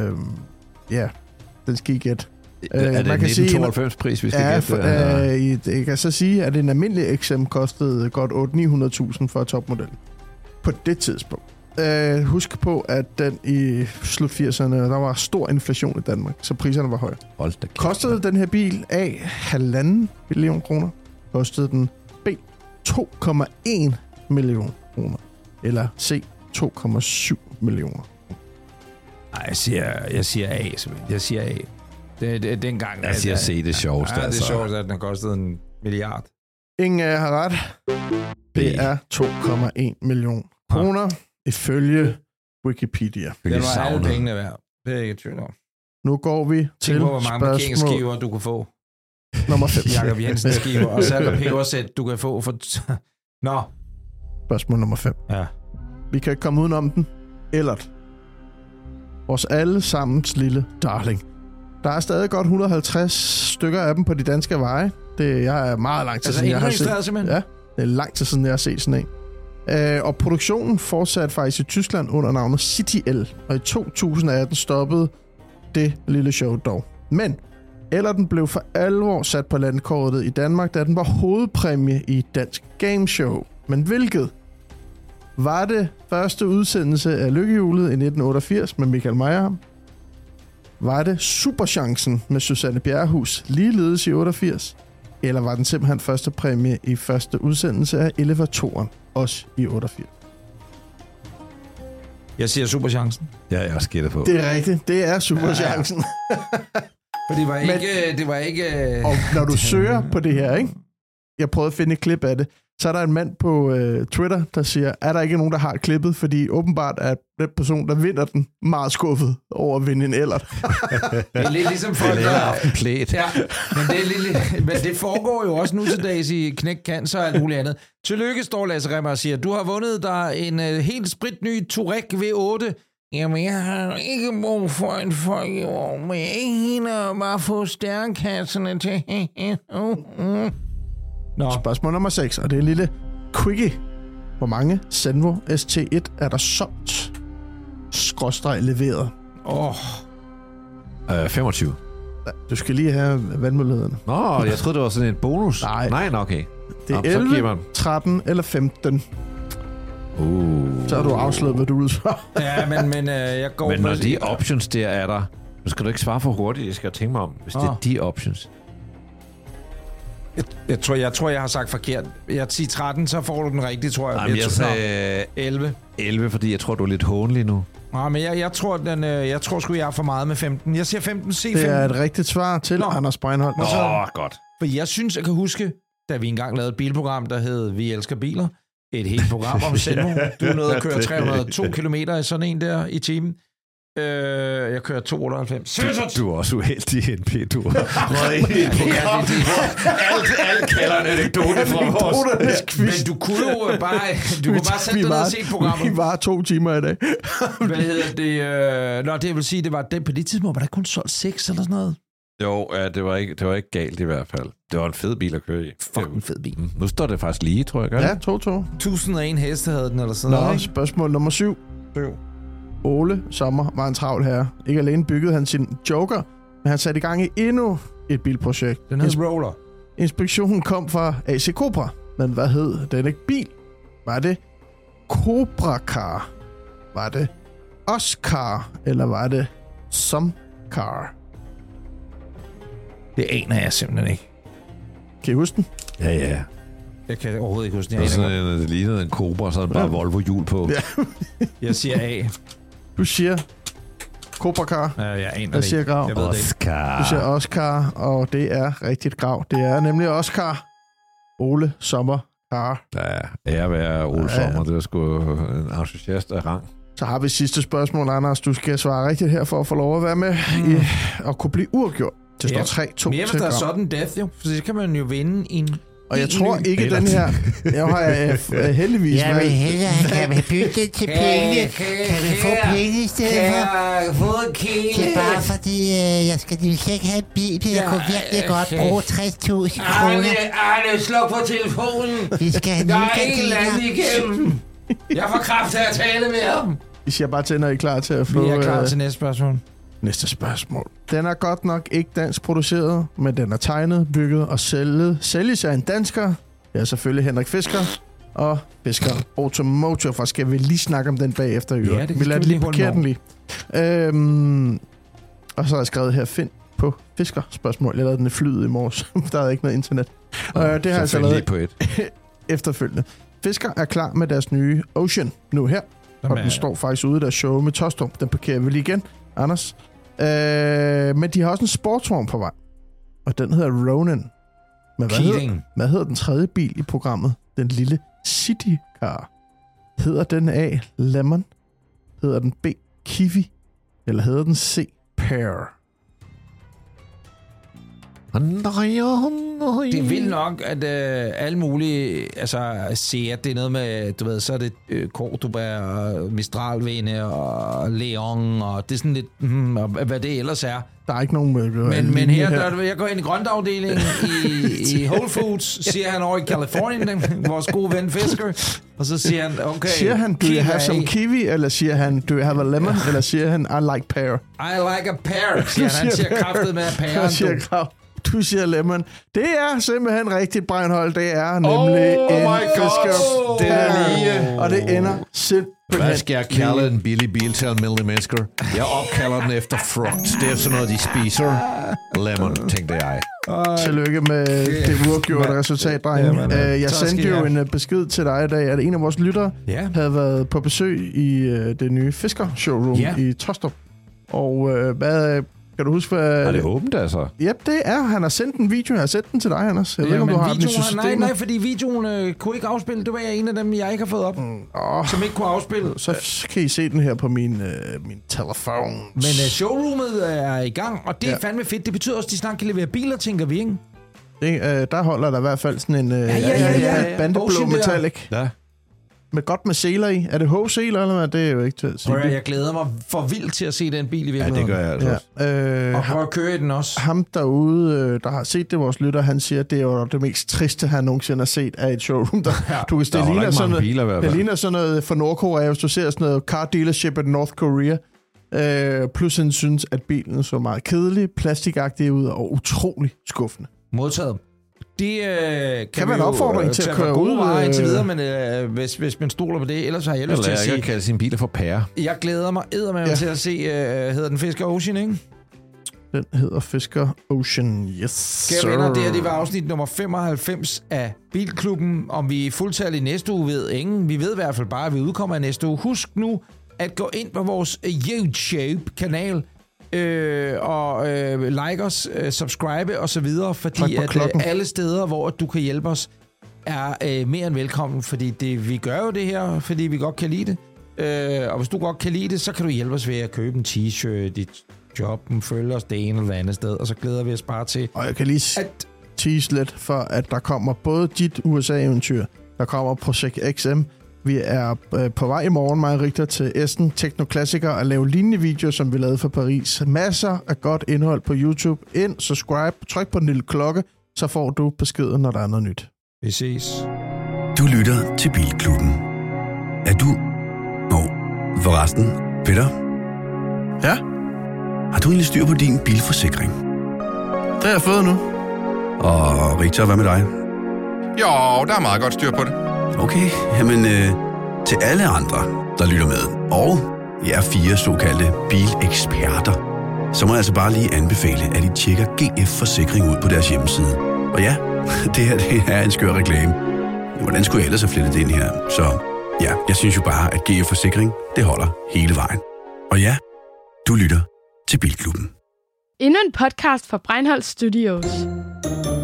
den skal I gætte. Er det 1992-pris, vi skal gætte? Jeg kan så sige, at en almindelig XM kostede godt 800-900.000 for topmodellen. På det tidspunkt. Husk på, at den i slut 80'erne, der var stor inflation i Danmark, så priserne var høje. Kostede den her bil A 1,5 million kroner? Kostede den B 2,1 million kroner? Eller C 2,7 millioner? Nej, jeg siger A, simpelthen. Jeg siger A. Det er dengang. Jeg siger se det sjoveste. Ja, det er sjovt, at den har kostet 1 milliard. Ingen af jer har ret. Det er 2,1 million kroner, ifølge Wikipedia. Det var alle pengene værd. Det er ikke tvivl om. Nu går vi til hvor mange parkeringsskiver du kan få. Nummer 5. Jakob Jensen skiver, og salt og pebersæt, du kan få for... Nå. Spørgsmål nummer 5. Ja. Vi kan ikke komme udenom den. Ellert. Vores allesammens lille darling. Der er stadig godt 150 stykker af dem på de danske veje. Jeg er meget lang tid siden, jeg har set. Simpelthen? Ja, det er lang tid siden, jeg har set sådan en. Og produktionen fortsatte faktisk i Tyskland under navnet CityL. Og i 2018 stoppede det lille show dog. Men Ellerten blev for alvor sat på landkortet i Danmark, da den var hovedpræmie i et dansk gameshow. Men hvilket? Var det første udsendelse af Lykkehjulet i 1988 med Michael Meyerham? Var det Superchancen med Susanne Bjerrehus ligeledes i 88? Eller var den simpelthen første præmie i første udsendelse af Elevatoren, også i 88? Jeg siger Superchancen. Ja, jeg har skættet på. Det er rigtigt. Det er Superchancen. For det var ikke... Og når du søger på det her, ikke? Jeg prøvede at finde et klip af det. Så er der en mand på Twitter, der siger, er der ikke nogen, der har klippet? Fordi åbenbart er den person, der vinder den, meget skuffet over at vinde en Ellert. Det er lidt ligesom folk, der har haft en plæt. Ja, men det foregår jo også nu til dags i Knæk Cancer og alt muligt andet. Tillykke, står Lasse Remmer og siger, du har vundet dig en helt spritny Touareg V8. Jamen, jeg har ikke brug for en folkevogn, men jeg hende bare få stærkasserne til. Nå. Spørgsmål nummer 6, og det er en lille quickie. Hvor mange Zenvo ST1 er der solgt? Skråstreg leveret. 25. Du skal lige have vandmulighederne. Nå, jeg troede, det var sådan en bonus. Nej, okay. Det er 11, 13 eller 15. Så har du afsløret, hvad du vil svare. Ja, men jeg går... Men når de options der er der... Nu skal du ikke svare for hurtigt, jeg skal tænke mig om, hvis det er de options. Jeg tror, jeg har sagt forkert. Jeg siger 13, så får du den rigtige, tror jeg. Jamen, jeg sagde 11. 11, fordi jeg tror, du er lidt hånlig nu. Nej, men jeg tror sgu, jeg er for meget med 15. Jeg siger 15, C15. Det er et rigtigt svar til Anders Breinholt. Godt. For jeg synes, jeg kan huske, da vi engang lavede et bilprogram, der hed Vi elsker biler. Et helt program om Zenvo. Du er nødt at køre 302 kilometer i sådan en der i timen. Jeg kører 298. Du er også uheldig, NP. Du har ind i et program, alt kalder en anekdote fra vores. Men du kunne jo bare sætte dig ned og se programmet. Vi var 2 timer i dag. Hvad hedder det? Det vil sige, det var det på det tidspunkt, var der kun solgt 6 eller sådan noget. Jo, ja, det var ikke galt i hvert fald. Det var en fed bil at køre i. Fucking fed bil. Nu står det faktisk lige, tror jeg. Gør ja, 2-2. 1001 heste havde den, eller sådan noget. Spørgsmål nummer 7. Ole Sommer var en travl herre. Ikke alene byggede han sin Joker, men han satte i gang i endnu et bilprojekt. Den hed Roller. Inspektionen kom fra AC Cobra. Men hvad hed denne bil? Var det Cobra Car? Var det Oscar? Eller var det Some Car? Det aner jeg simpelthen ikke. Kan I huske den? Ja. Jeg kan overhovedet ikke huske den. Det lignede en Cobra, så er det bare Volvo-hjul på. Ja. Jeg siger A. Du siger Cobra Car. Ja, jeg aner jeg siger Grav. Oscar. Du siger Oscar, og det er rigtigt Grav. Det er nemlig Oscar. Ole Sommer Car. Ja, ære være Ole Sommer. Det er sgu en entusiast af rang. Så har vi sidste spørgsmål, Anders. Du skal svare rigtigt her for at få lov at være med og kunne blive uafgjort. Det står 3-2 til Grav. Men der er sådan death, jo. For så kan man jo vinde en... Og jeg tror ikke, den her... Jeg har heldigvis... Jeg vil hellere have bygget det til penge. Kan vi få penge i stedet for? Kan jeg få en kæle? Det er bare fordi, jeg skal ikke have en bil. Jeg kunne virkelig godt bruge 60.000 kroner. Arne, sluk på telefonen. Vi skal have der nye er en eller anden igennem. Jeg får kraft til at tale med ham. I siger bare til, når I er klar til at få... Vi er klar til næste spørgsmål. Næste spørgsmål. Den er godt nok ikke dansk produceret, men den er tegnet, bygget og sælges af en dansker. Det er selvfølgelig Henrik Fisker og Fisker Automotive, for skal vi lige snakke om den bagefter. Ja, det vi lader lige parkere den lige. Og så har jeg skrevet her, find på Fisker spørgsmål. Jeg lavede den i flyet i morges. Der er ikke noget internet. Det har jeg så lavet på efterfølgende. Fisker er klar med deres nye Ocean nu her. Og den står faktisk ude i deres show med Tostrup. Den parkerer vi lige igen. Anders, Men de har også en sportsvogn på vej, og den hedder Ronin. Men hvad hedder den tredje bil i programmet? Den lille City Car. Hedder den A, Lemon? Hedder den B, Kiwi? Eller hedder den C, Pear? Det vil nok, at alle mulige siger, at det er noget med, du ved, så er det Cordoba og Mistralvene og Leon, og det er sådan lidt, og hvad det ellers er. Der er ikke nogen... Men her, jeg går ind i grøntafdelingen i Whole Foods, siger han over i Californien, vores gode ven Fisker, og så siger han, okay... Siger han, do you have some kiwi, eller siger han, do you have a lemon, eller siger han, I like pear? I like a pear, siger han. Han siger kraftet med pear. Du siger lemon. Det er simpelthen rigtigt, Breinholt. Det er nemlig en fisker. Det er lige... Og det ender simpelthen... Hvad skal jeg kalde en billig bil til almindelige mennesker? Jeg opkalder den efter frugt. Det er sådan noget, de spiser. Lemon, tænkte jeg. Tillykke med det uafgjorte resultat, drenge. Jeg sendte jo en besked til dig i dag, at en af vores lyttere havde været på besøg i det nye Fisker-showroom i Tostrup. Og hvad... Kan du huske, hvad... Er det åbent, altså? Ja, det er. Han har sendt en video. Jeg har sendt den til dig, Anders. Jeg ved ikke, om du har den i systemet. Nej, fordi videoen kunne ikke afspille. Det var en af dem, jeg ikke har fået op. Som ikke kunne afspille. Så kan I se den her på min telefon. Men showroomet er i gang, og det er fandme fedt. Det betyder også, at de snart kan levere biler, tænker vi, ikke? Der holder der i hvert fald sådan en bandeblå metallic. Ja. Med seler i. Er det H-seler, eller hvad? Det er jo ikke til at sige. Jeg glæder mig for vildt til at se den bil i virkeligheden. Ja, det gør jeg altså også. Og prøve at køre i den også. Ham derude, der har set det, vores lytter, han siger, at det er jo det mest triste, han nogensinde har set af et showroom. Du kan stille det ligner sådan noget fra Nordkorea, hvis du ser sådan noget car dealership i North Korea. Plus han synes, at bilen så meget kedelig, plastikagtig ud og utrolig skuffende. Modtaget. Det kan være en opfordring til at køre ud indtil videre, men hvis man stoler på det, ellers har jeg lyst til at se... Jeg kan kalde sin biler for pære. Jeg glæder mig til at se, hedder den Fisker Ocean, ikke? Den hedder Fisker Ocean, yes sir. Venner, det var afsnit nummer 95 af Bilklubben. Om vi er fuldtallige næste uge, ved ingen. Vi ved i hvert fald bare, at vi udkommer næste uge. Husk nu at gå ind på vores YouTube-kanal, og like os, subscribe og så videre, fordi at alle steder, hvor du kan hjælpe os, er mere end velkommen, fordi vi gør jo det her, fordi vi godt kan lide det. Og hvis du godt kan lide det, så kan du hjælpe os ved at købe en t-shirt, dit job, følge os det ene eller andet sted, og så glæder vi os bare til. Og jeg kan lige tease lidt for, at der kommer både dit USA-eventyr, der kommer Projekt XM. Vi er på vej i morgen, mig og Richter, til Essen Teknoklassiker og lave lignende videoer, som vi lavede for Paris. Masser af godt indhold på YouTube. Ind, subscribe, tryk på den lille klokke, så får du beskeden, når der er noget nyt. Vi ses. Du lytter til Bilklubben. Er du... forresten, Peter? Ja? Har du egentlig styr på din bilforsikring? Det har jeg fået nu. Og Richter, hvad med dig? Jo, der er meget godt styr på det. Okay, jamen til alle andre, der lytter med, og jer 4 såkaldte bileksperter, så må jeg altså bare lige anbefale, at I tjekker GF Forsikring ud på deres hjemmeside. Og ja, det her det er en skør reklame. Hvordan skulle jeg ellers have flettet det ind her? Så ja, jeg synes jo bare, at GF Forsikring, det holder hele vejen. Og ja, du lytter til Bilklubben. Endnu en podcast fra Breinholt Studios.